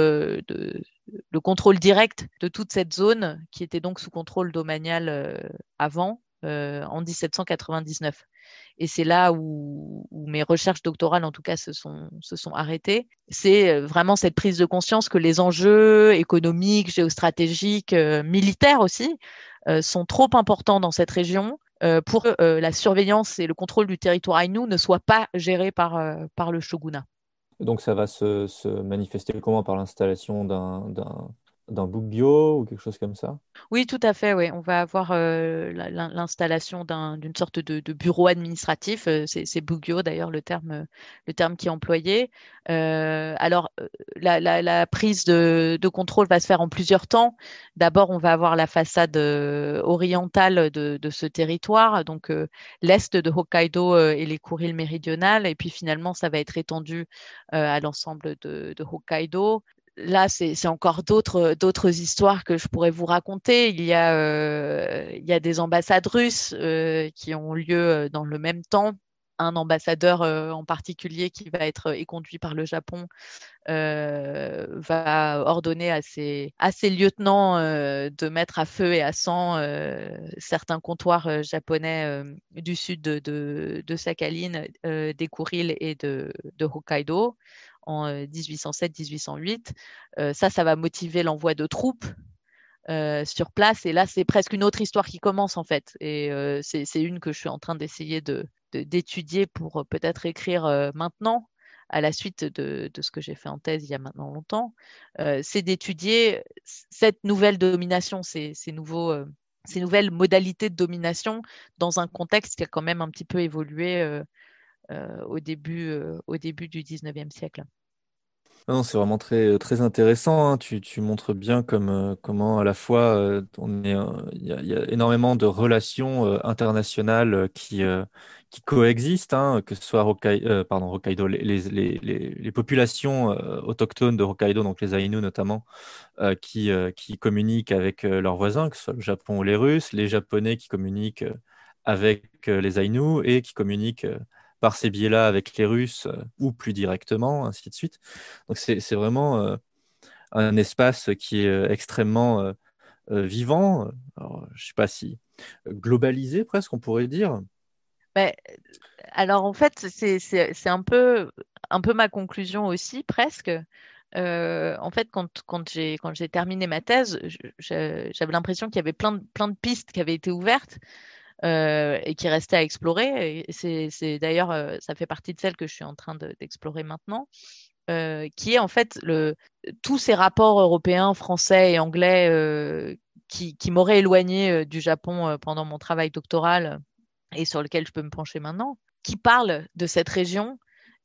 le contrôle direct de toute cette zone qui était donc sous contrôle domanial avant, en 1799. Et c'est là où mes recherches doctorales, en tout cas, se sont arrêtées. C'est vraiment cette prise de conscience que les enjeux économiques, géostratégiques, militaires aussi, sont trop importants dans cette région pour que la surveillance et le contrôle du territoire Aïnou ne soient pas gérés par le shogunat. Donc ça va se manifester comment? Par l'installation d'un bugyo ou quelque chose comme ça? Oui, tout à fait. Oui. On va avoir l'installation d'une sorte de bureau administratif. C'est Bugyo, d'ailleurs, le terme qui est employé. Alors, la prise de contrôle va se faire en plusieurs temps. D'abord, on va avoir la façade orientale de ce territoire, donc l'est de Hokkaido et les Kuriles méridionales. Et puis finalement, ça va être étendu à l'ensemble de Hokkaido. Là, c'est encore d'autres histoires que je pourrais vous raconter. Il y a des ambassades russes qui ont lieu dans le même temps. Un ambassadeur en particulier qui va être éconduit par le Japon va ordonner à ses lieutenants de mettre à feu et à sang certains comptoirs japonais du sud de Sakhalin, des Kuriles et de Hokkaido en 1807-1808. Ça va motiver l'envoi de troupes sur place. Et là, c'est presque une autre histoire qui commence en fait. Et c'est une que je suis en train d'essayer d'étudier pour peut-être écrire maintenant, à la suite de ce que j'ai fait en thèse il y a maintenant longtemps. C'est d'étudier cette nouvelle domination, ces nouvelles modalités de domination dans un contexte qui a quand même un petit peu évolué au début du 19e siècle. Non, c'est vraiment très intéressant, hein. Tu montres bien comment à la fois il y a énormément de relations internationales qui coexistent, hein, que ce soit Hokkaido, les populations autochtones de Hokkaido, donc les Aïnous notamment, qui communiquent avec leurs voisins, que ce soit le Japon ou les Russes, les Japonais qui communiquent avec les Aïnous et qui communiquent par ces biais-là avec les Russes ou plus directement, ainsi de suite. Donc c'est vraiment un espace qui est extrêmement vivant. Alors, je ne sais pas si globalisé presque, on pourrait dire. Mais, alors en fait, c'est un peu ma conclusion aussi, presque. En fait, quand j'ai terminé ma thèse, j'avais l'impression qu'il y avait plein de pistes qui avaient été ouvertes et qui restaient à explorer. Et c'est d'ailleurs, ça fait partie de celles que je suis en train d'explorer maintenant, qui est en fait tous ces rapports européens, français et anglais qui m'auraient éloigné du Japon pendant mon travail doctoral et sur lequel je peux me pencher maintenant, qui parlent de cette région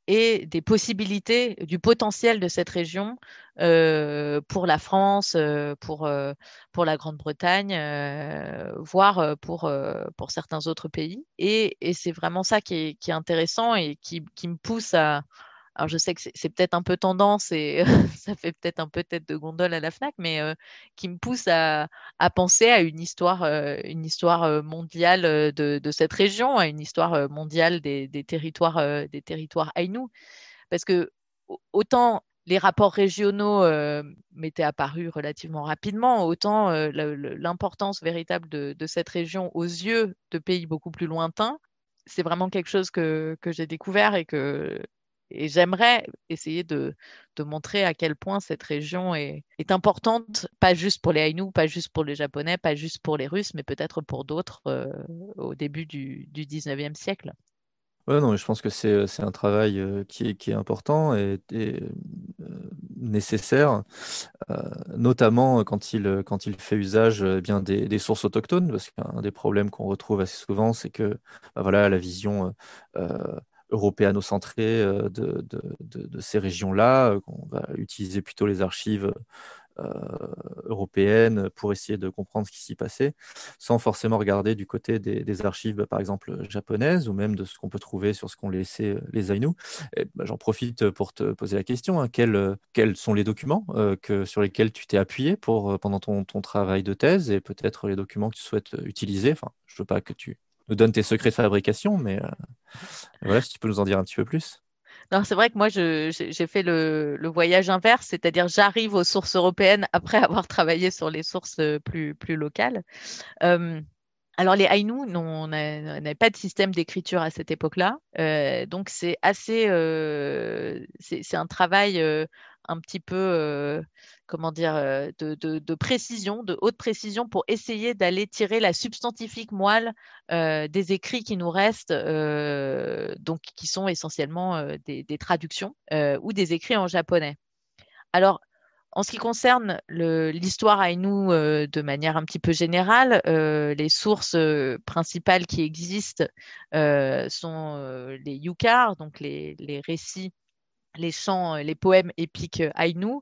et des possibilités, du potentiel de cette région pour la France, pour la Grande-Bretagne, voire pour certains autres pays. Et c'est vraiment ça qui est intéressant et qui me pousse à... Alors, je sais que c'est peut-être un peu tendance et ça fait peut-être un peu tête de gondole à la Fnac, mais qui me pousse à penser à une histoire mondiale de cette région, à une histoire mondiale des territoires Aïnou. Parce que autant les rapports régionaux m'étaient apparus relativement rapidement, autant l'importance véritable de cette région aux yeux de pays beaucoup plus lointains, c'est vraiment quelque chose que j'ai découvert et j'aimerais essayer de montrer à quel point cette région est importante, pas juste pour les Aïnous, pas juste pour les Japonais, pas juste pour les Russes, mais peut-être pour d'autres au début du 19e siècle. Ouais, non, mais je pense que c'est un travail qui est important et nécessaire, notamment quand il fait usage bien des sources autochtones, parce qu'un des problèmes qu'on retrouve assez souvent, c'est que bah, voilà, la vision européano-centrée de ces régions-là, qu'on va utiliser plutôt les archives européenne pour essayer de comprendre ce qui s'y passait, sans forcément regarder du côté des archives, par exemple, japonaises, ou même de ce qu'on peut trouver sur ce qu'ont laissé les Aïnous. Et, bah, j'en profite pour te poser la question, hein. Quels sont les documents sur lesquels tu t'es appuyé pendant ton travail de thèse, et peut-être les documents que tu souhaites utiliser? Enfin, je ne veux pas que tu nous donnes tes secrets de fabrication, mais voilà, si tu peux nous en dire un petit peu plus. Non, c'est vrai que moi, j'ai fait le voyage inverse, c'est-à-dire j'arrive aux sources européennes après avoir travaillé sur les sources plus locales. Euh, alors, les Aïnous, non, on n'avait pas de système d'écriture à cette époque-là. Donc, c'est un travail un petit peu, comment dire, de précision, de haute précision pour essayer d'aller tirer la substantifique moelle des écrits qui nous restent, donc qui sont essentiellement des traductions ou des écrits en japonais. Alors, en ce qui concerne l'histoire Aïnou de manière un petit peu générale, les sources principales qui existent sont les yukars, donc les récits, les chants, les poèmes épiques Aïnou,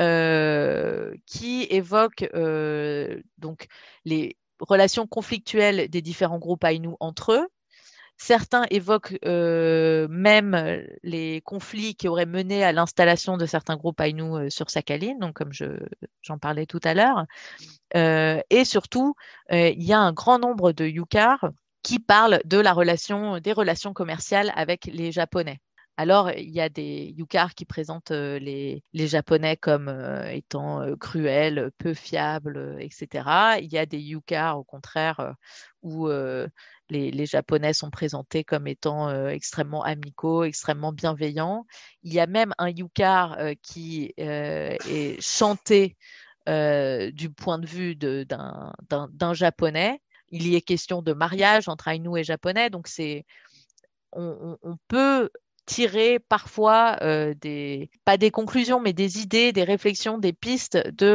qui évoquent donc les relations conflictuelles des différents groupes Aïnou entre eux. Certains évoquent même les conflits qui auraient mené à l'installation de certains groupes Aïnous sur Sakhaline, donc comme j'en parlais tout à l'heure. Et surtout, il y a un grand nombre de yukars qui parlent des relations commerciales avec les Japonais. Alors, il y a des yukars qui présentent les Japonais comme étant cruels, peu fiables, etc. Il y a des yukars, au contraire, où les Japonais sont présentés comme étant extrêmement amicaux, extrêmement bienveillants. Il y a même un yukar qui est chanté du point de vue d'un Japonais. Il y est question de mariage entre Aïnou et Japonais, donc on peut tirer parfois pas des conclusions, mais des idées, des réflexions, des pistes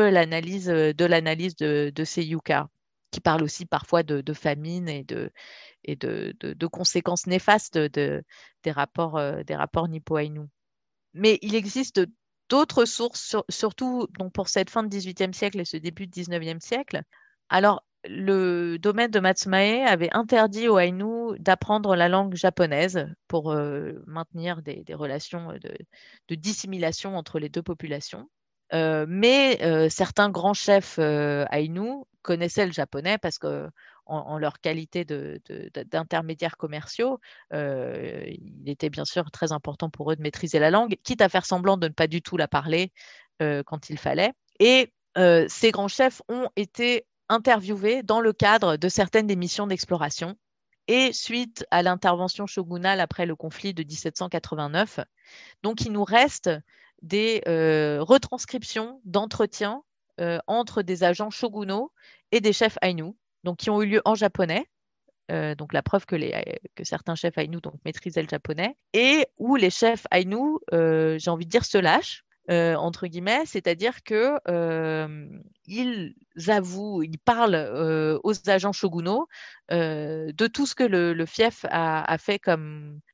de ces yucca, qui parlent aussi parfois de famine et de conséquences néfastes des rapports nippo-aïnou. Mais il existe d'autres sources, surtout donc pour cette fin de XVIIIe siècle et ce début de XIXe siècle. Alors, le domaine de Matsumae avait interdit aux Aïnous d'apprendre la langue japonaise pour maintenir des relations de dissimulation entre les deux populations. Mais certains grands chefs Aïnous connaissaient le japonais parce que en leur qualité d'intermédiaires commerciaux, il était bien sûr très important pour eux de maîtriser la langue, quitte à faire semblant de ne pas du tout la parler quand il fallait. Et ces grands chefs ont été interviewés dans le cadre de certaines des missions d'exploration. Et suite à l'intervention shogunale après le conflit de 1789, donc il nous reste des retranscriptions d'entretiens entre des agents shogunaux et des chefs Aïnous, donc qui ont eu lieu en japonais. Donc la preuve que certains chefs Aïnous donc, maîtrisaient le japonais, et où les chefs Aïnous, j'ai envie de dire, se lâchent, entre guillemets, c'est-à-dire que ils avouent, ils parlent aux agents shogunaux de tout ce que le fief a fait comme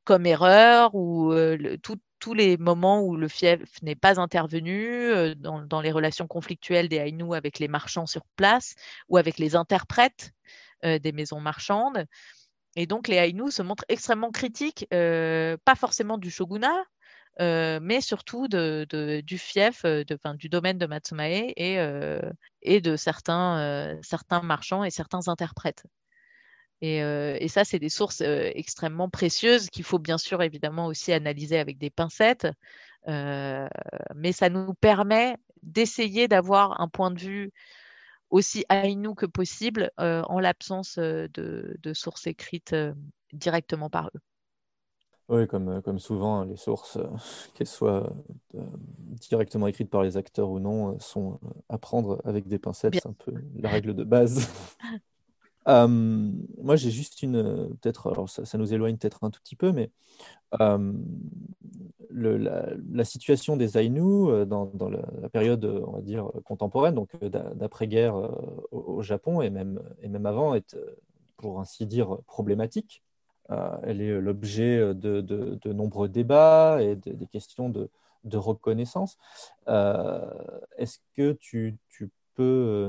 comme erreur ou tous les moments où le fief n'est pas intervenu dans les relations conflictuelles des Aïnous avec les marchands sur place ou avec les interprètes des maisons marchandes. Et donc, les Aïnous se montrent extrêmement critiques, pas forcément du shogunat, mais surtout du fief, du domaine de Matsumae et de certains marchands et certains interprètes. Et ça, c'est des sources extrêmement précieuses qu'il faut bien sûr évidemment aussi analyser avec des pincettes, mais ça nous permet d'essayer d'avoir un point de vue aussi aïnou que possible en l'absence de sources écrites directement par eux. Oui, comme souvent, hein, les sources, qu'elles soient directement écrites par les acteurs ou non, sont à prendre avec des pincettes. Bien. C'est un peu la règle de base. Moi, j'ai juste peut-être, alors ça nous éloigne peut-être un tout petit peu, mais euh, la situation des Aïnous dans la période, on va dire, contemporaine, donc d'après-guerre au Japon et même avant, est, pour ainsi dire, problématique. Elle est l'objet de nombreux débats et des questions de reconnaissance. Est-ce que tu peux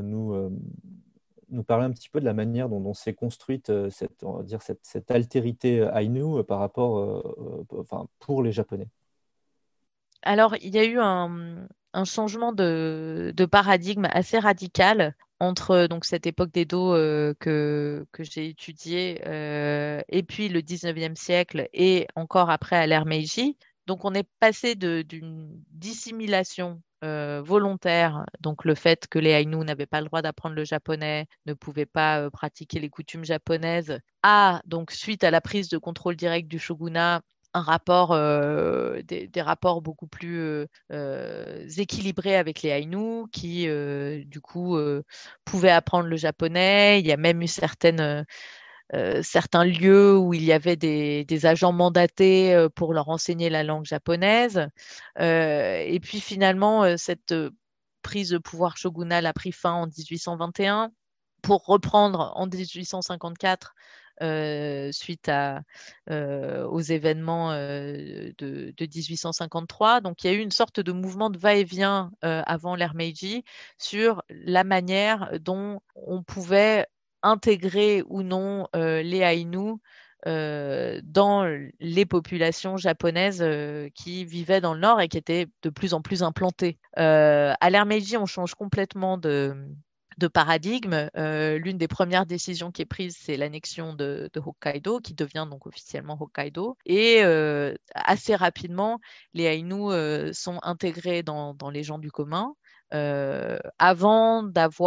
nous parler un petit peu de la manière dont s'est construite on va dire, cette altérité Ainu par rapport, enfin, pour les Japonais? Alors, il y a eu un changement de paradigme assez radical entre donc cette époque d'Edo que j'ai étudiée et puis le 19e siècle et encore après à l'ère Meiji. Donc, on est passé d'une dissimulation volontaire, donc le fait que les Ainu n'avaient pas le droit d'apprendre le japonais, ne pouvaient pas pratiquer les coutumes japonaises, à donc suite à la prise de contrôle direct du shogunat un rapport, des rapports beaucoup plus équilibrés avec les Aïnous qui, du coup, pouvaient apprendre le japonais. Il y a même eu certains lieux où il y avait des agents mandatés pour leur enseigner la langue japonaise. Et puis finalement, cette prise de pouvoir shogunale a pris fin en 1821 pour reprendre en 1854 suite aux événements de 1853. Donc, il y a eu une sorte de mouvement de va-et-vient avant l'ère Meiji sur la manière dont on pouvait intégrer ou non les Aïnous dans les populations japonaises qui vivaient dans le nord et qui étaient de plus en plus implantées. À l'ère Meiji, on change complètement de paradigme. L'une des premières décisions qui est prise, c'est l'annexion de Hokkaido, qui devient donc officiellement Hokkaido. Et assez rapidement, les Aïnous sont intégrés dans les gens du commun. Avant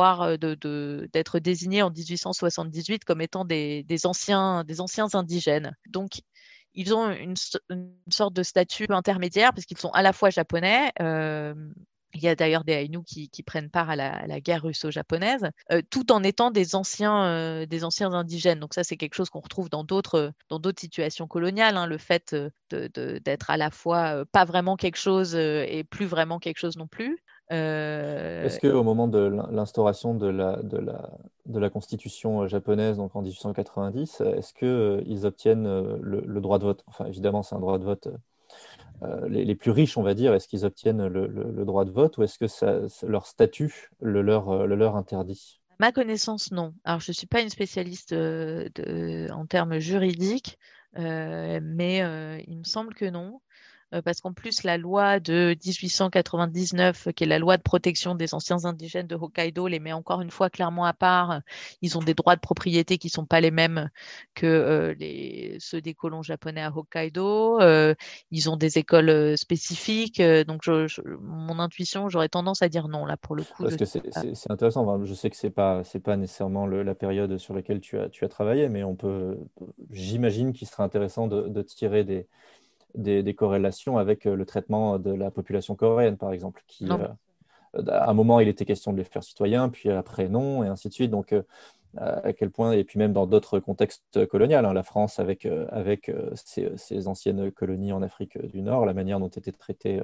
d'être désignés en 1878 comme étant des anciens indigènes. Donc, ils ont une sorte de statut intermédiaire parce qu'ils sont à la fois japonais. Il y a d'ailleurs des Aïnous qui prennent part à la guerre russo-japonaise, tout en étant des anciens indigènes. Donc ça, c'est quelque chose qu'on retrouve dans d'autres situations coloniales, hein, le fait d'être à la fois pas vraiment quelque chose et plus vraiment quelque chose non plus. Est-ce qu'au moment de l'instauration de la constitution japonaise, donc en 1890, est-ce qu'ils obtiennent le droit de vote? Enfin, évidemment, c'est un droit de vote. Les plus riches, on va dire, est-ce qu'ils obtiennent le droit de vote ou est-ce que leur statut le leur interdit? À ma connaissance, non. Alors, je ne suis pas une spécialiste en termes juridiques, mais il me semble que non. Parce qu'en plus, la loi de 1899, qui est la loi de protection des anciens indigènes de Hokkaido, les met encore une fois clairement à part. Ils ont des droits de propriété qui ne sont pas les mêmes que ceux des colons japonais à Hokkaido. Ils ont des écoles spécifiques. Donc, mon intuition, j'aurais tendance à dire non, là, pour le coup. Parce que c'est intéressant. Enfin, je sais que c'est pas nécessairement la période sur laquelle tu as travaillé, mais j'imagine qu'il serait intéressant de tirer des corrélations avec le traitement de la population coréenne, par exemple, qui, Non. à un moment, il était question de les faire citoyens, puis après, non, et ainsi de suite. Donc, à quel point, et puis même dans d'autres contextes coloniaux, hein, la France avec ses anciennes colonies en Afrique du Nord, la manière dont étaient traités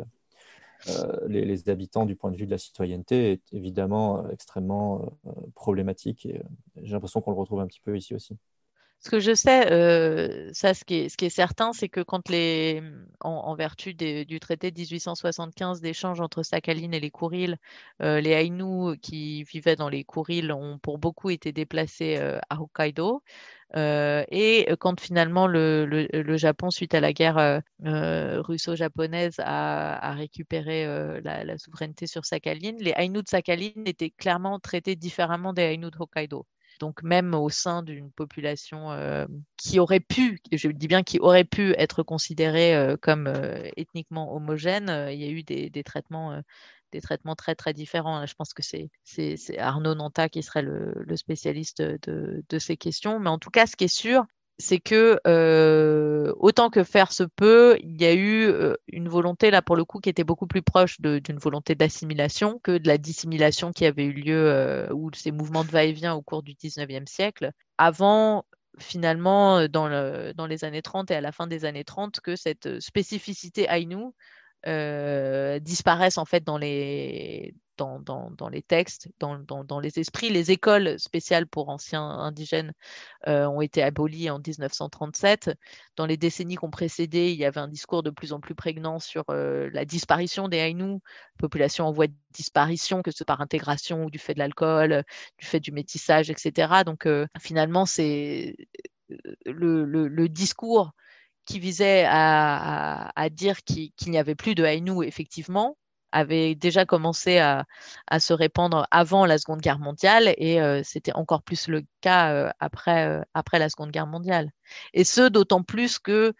les habitants du point de vue de la citoyenneté est évidemment extrêmement problématique, et j'ai l'impression qu'on le retrouve un petit peu ici aussi. Ce que je sais, ce qui est certain, c'est que en vertu du traité de 1875 d'échange entre Sakhalin et les Kourils, les Aïnous qui vivaient dans les Kourils ont pour beaucoup été déplacés à Hokkaido. Et quand finalement le Japon, suite à la guerre russo-japonaise, a récupéré la souveraineté sur Sakhalin, les Aïnous de Sakhalin étaient clairement traités différemment des Aïnous de Hokkaido. Donc même au sein d'une population qui aurait pu, je dis bien qui aurait pu être considérée comme ethniquement homogène, il y a eu des traitements très très différents. Je pense que c'est Arnaud Nanta qui serait le spécialiste de ces questions. Mais en tout cas, ce qui est sûr, c'est que autant que faire se peut, il y a eu une volonté là pour le coup qui était beaucoup plus proche d'une volonté d'assimilation que de la dissimulation qui avait eu lieu ou de ces mouvements de va-et-vient au cours du 19e siècle. Avant, finalement, dans les années 30 et à la fin des années 30, que cette spécificité aïnou disparaissent en fait dans les textes, dans les esprits. Les écoles spéciales pour anciens indigènes ont été abolies en 1937. Dans les décennies qui ont précédé, il y avait un discours de plus en plus prégnant sur la disparition des Aïnous, population en voie de disparition, que ce soit par intégration ou du fait de l'alcool, du fait du métissage, etc. Donc finalement, c'est le discours qui visait à dire qu'il n'y avait plus de Aïnous, effectivement, avait déjà commencé à se répandre avant la Seconde Guerre mondiale et c'était encore plus le cas après la Seconde Guerre mondiale. Et ce, d'autant plus que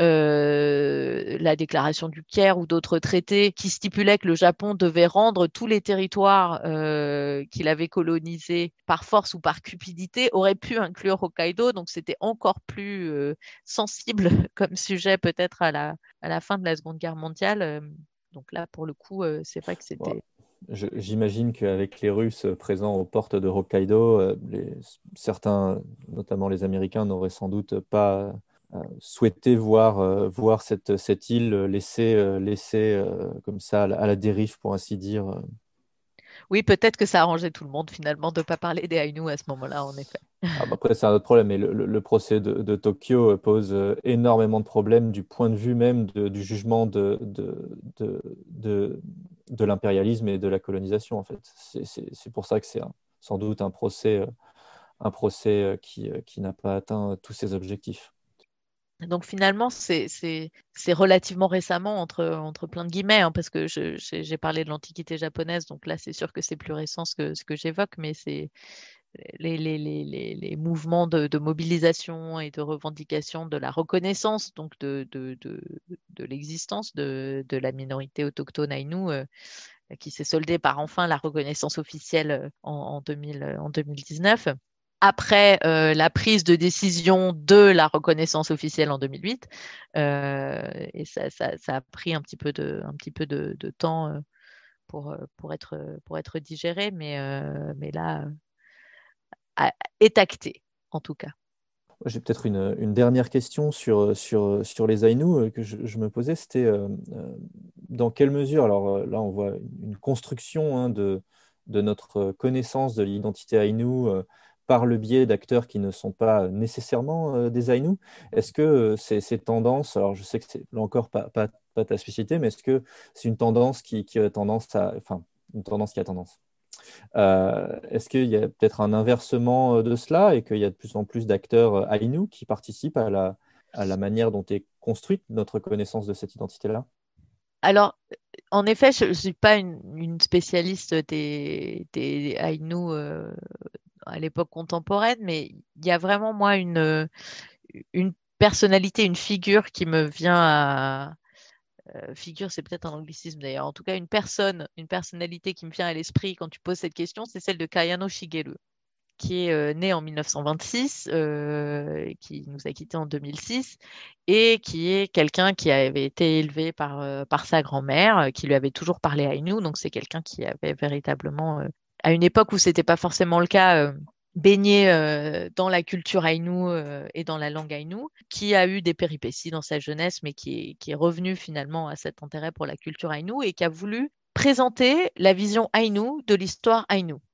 la déclaration du Caire ou d'autres traités qui stipulaient que le Japon devait rendre tous les territoires qu'il avait colonisés par force ou par cupidité auraient pu inclure Hokkaido, donc c'était encore plus sensible comme sujet peut-être à la fin de la Seconde Guerre mondiale. Donc là, pour le coup, c'est vrai que Bon, c'était... j'imagine qu'avec les Russes présents aux portes de Hokkaido, certains, notamment les Américains, n'auraient sans doute pas souhaité voir cette île laissée comme ça à la dérive, pour ainsi dire. Oui, peut-être que ça arrangeait tout le monde finalement de ne pas parler des Aïnous à ce moment-là, en effet. Ah, bah, après, c'est un autre problème, mais le procès de Tokyo pose énormément de problèmes du point de vue même du jugement de, de, de l'impérialisme et de la colonisation, en fait. C'est pour ça que c'est sans doute un procès qui n'a pas atteint tous ses objectifs. Donc finalement, c'est relativement récemment, entre plein de guillemets, hein, parce que j'ai parlé de l'Antiquité japonaise, donc là c'est sûr que c'est plus récent ce que j'évoque, mais c'est les mouvements de mobilisation et de revendication de la reconnaissance donc de l'existence de la minorité autochtone Aïnou qui s'est soldée par enfin la reconnaissance officielle en 2019 après la prise de décision de la reconnaissance officielle en 2008. Et ça a pris un petit peu de temps pour être digéré, mais là, est acté, en tout cas. J'ai peut-être une dernière question sur les Aïnous que je me posais. C'était dans quelle mesure, alors là on voit une construction hein, de notre connaissance de l'identité Aïnou par le biais d'acteurs qui ne sont pas nécessairement des Aïnous. Est-ce que ces tendances, alors je sais que c'est là encore pas ta spécialité, mais est-ce que c'est une tendance qui a tendance enfin, une tendance qui a tendance est-ce qu'il y a peut-être un inversement de cela et qu'il y a de plus en plus d'acteurs Aïnous qui participent à la manière dont est construite notre connaissance de cette identité-là? Alors, en effet, je ne suis pas une spécialiste des Aïnous à l'époque contemporaine, mais il y a vraiment, moi, une personnalité, une figure qui me vient à... figure, c'est peut-être un anglicisme d'ailleurs. En tout cas, une personnalité qui me vient à l'esprit quand tu poses cette question, c'est celle de Kayano Shigeru, qui est né en 1926, qui nous a quittés en 2006, et qui est quelqu'un qui avait été élevé par sa grand-mère, qui lui avait toujours parlé aïnou. Donc c'est quelqu'un qui avait véritablement, à une époque où c'était pas forcément le cas, baigné dans la culture aïnou et dans la langue aïnou, qui a eu des péripéties dans sa jeunesse, mais qui est revenu finalement à cet intérêt pour la culture aïnou et qui a voulu présenter la vision aïnou de l'histoire aïnou.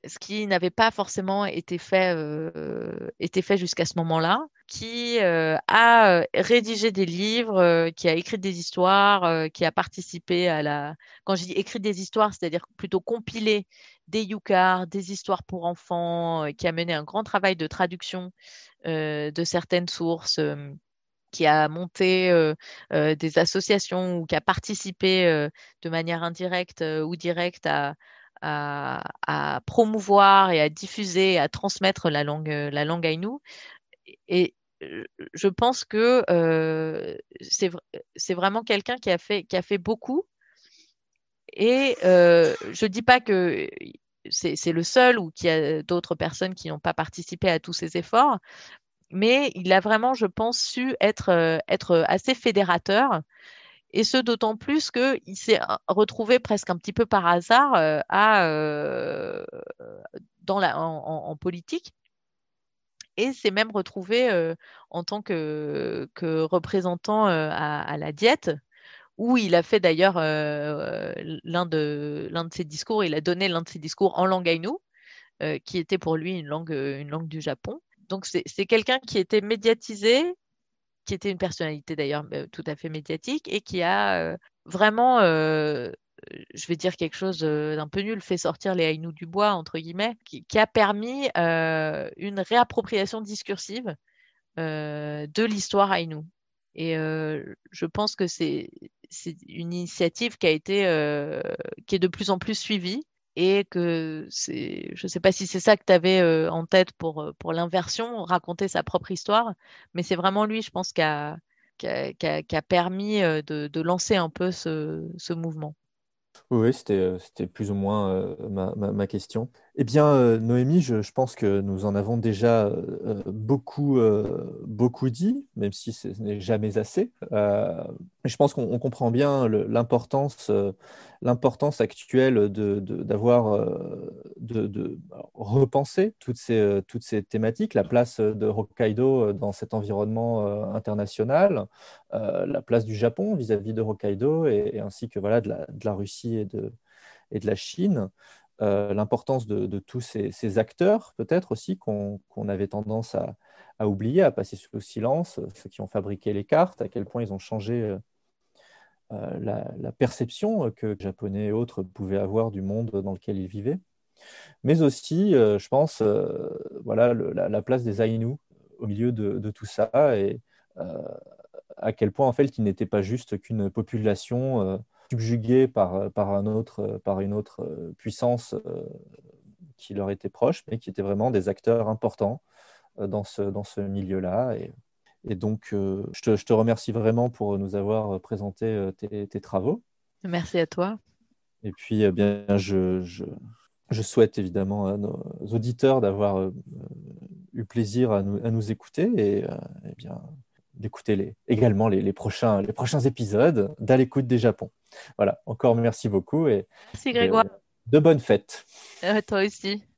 ce qui n'avait pas forcément été fait jusqu'à ce moment-là, qui a rédigé des livres, qui a écrit des histoires, qui a participé à la... Quand je dis écrit des histoires, c'est-à-dire plutôt compilé des yucars, des histoires pour enfants, qui a mené un grand travail de traduction de certaines sources, qui a monté des associations ou qui a participé de manière indirecte ou directe à promouvoir et à diffuser, à transmettre la langue aïnou. Et je pense que c'est vraiment quelqu'un qui a fait beaucoup. Et je ne dis pas que c'est le seul ou qu'il y a d'autres personnes qui n'ont pas participé à tous ces efforts, mais il a vraiment, je pense, su être assez fédérateur. Et ce, d'autant plus qu'il s'est retrouvé presque un petit peu par hasard en politique et s'est même retrouvé en tant que représentant à la Diète, où il a fait d'ailleurs l'un de ses discours, il a donné l'un de ses discours en langue aïnou, qui était pour lui une langue du Japon. Donc c'est quelqu'un qui était médiatisé, qui était une personnalité d'ailleurs tout à fait médiatique et qui a vraiment, je vais dire quelque chose d'un peu nul, fait sortir les Aïnous du bois, entre guillemets, qui a permis une réappropriation discursive de l'histoire Aïnou. Et je pense que c'est une initiative qui est de plus en plus suivie et je ne sais pas si c'est ça que tu avais en tête pour l'inversion, raconter sa propre histoire, mais c'est vraiment lui, je pense, qui a permis de lancer un peu ce mouvement. Oui, c'était plus ou moins ma question. Eh bien, Noémie, je pense que nous en avons déjà beaucoup dit, même si ce n'est jamais assez. Mais je pense qu'on comprend bien l'importance actuelle d'avoir alors, repensé toutes ces thématiques, la place de Hokkaido dans cet environnement international, la place du Japon vis-à-vis de Hokkaido et ainsi que voilà, de la Russie et de la Chine, l'importance de tous ces acteurs, peut-être aussi, qu'on avait tendance à oublier, à passer sous silence, ceux qui ont fabriqué les cartes, à quel point ils ont changé la perception que les Japonais et autres pouvaient avoir du monde dans lequel ils vivaient. Mais aussi, je pense, voilà, la place des Aïnous au milieu de tout ça et euh, à quel point en fait ils n'étaient pas juste qu'une population subjuguée par une autre puissance qui leur était proche, mais qui étaient vraiment des acteurs importants dans ce milieu-là. Et donc, je te remercie vraiment pour nous avoir présenté tes travaux. Merci à toi. Et puis, bien, je souhaite évidemment à nos auditeurs d'avoir eu plaisir à nous écouter et bien, d'écouter également les prochains épisodes d'À l'écoute des Japon. Voilà, encore merci beaucoup Merci et Grégoire. de bonnes fêtes. Toi aussi.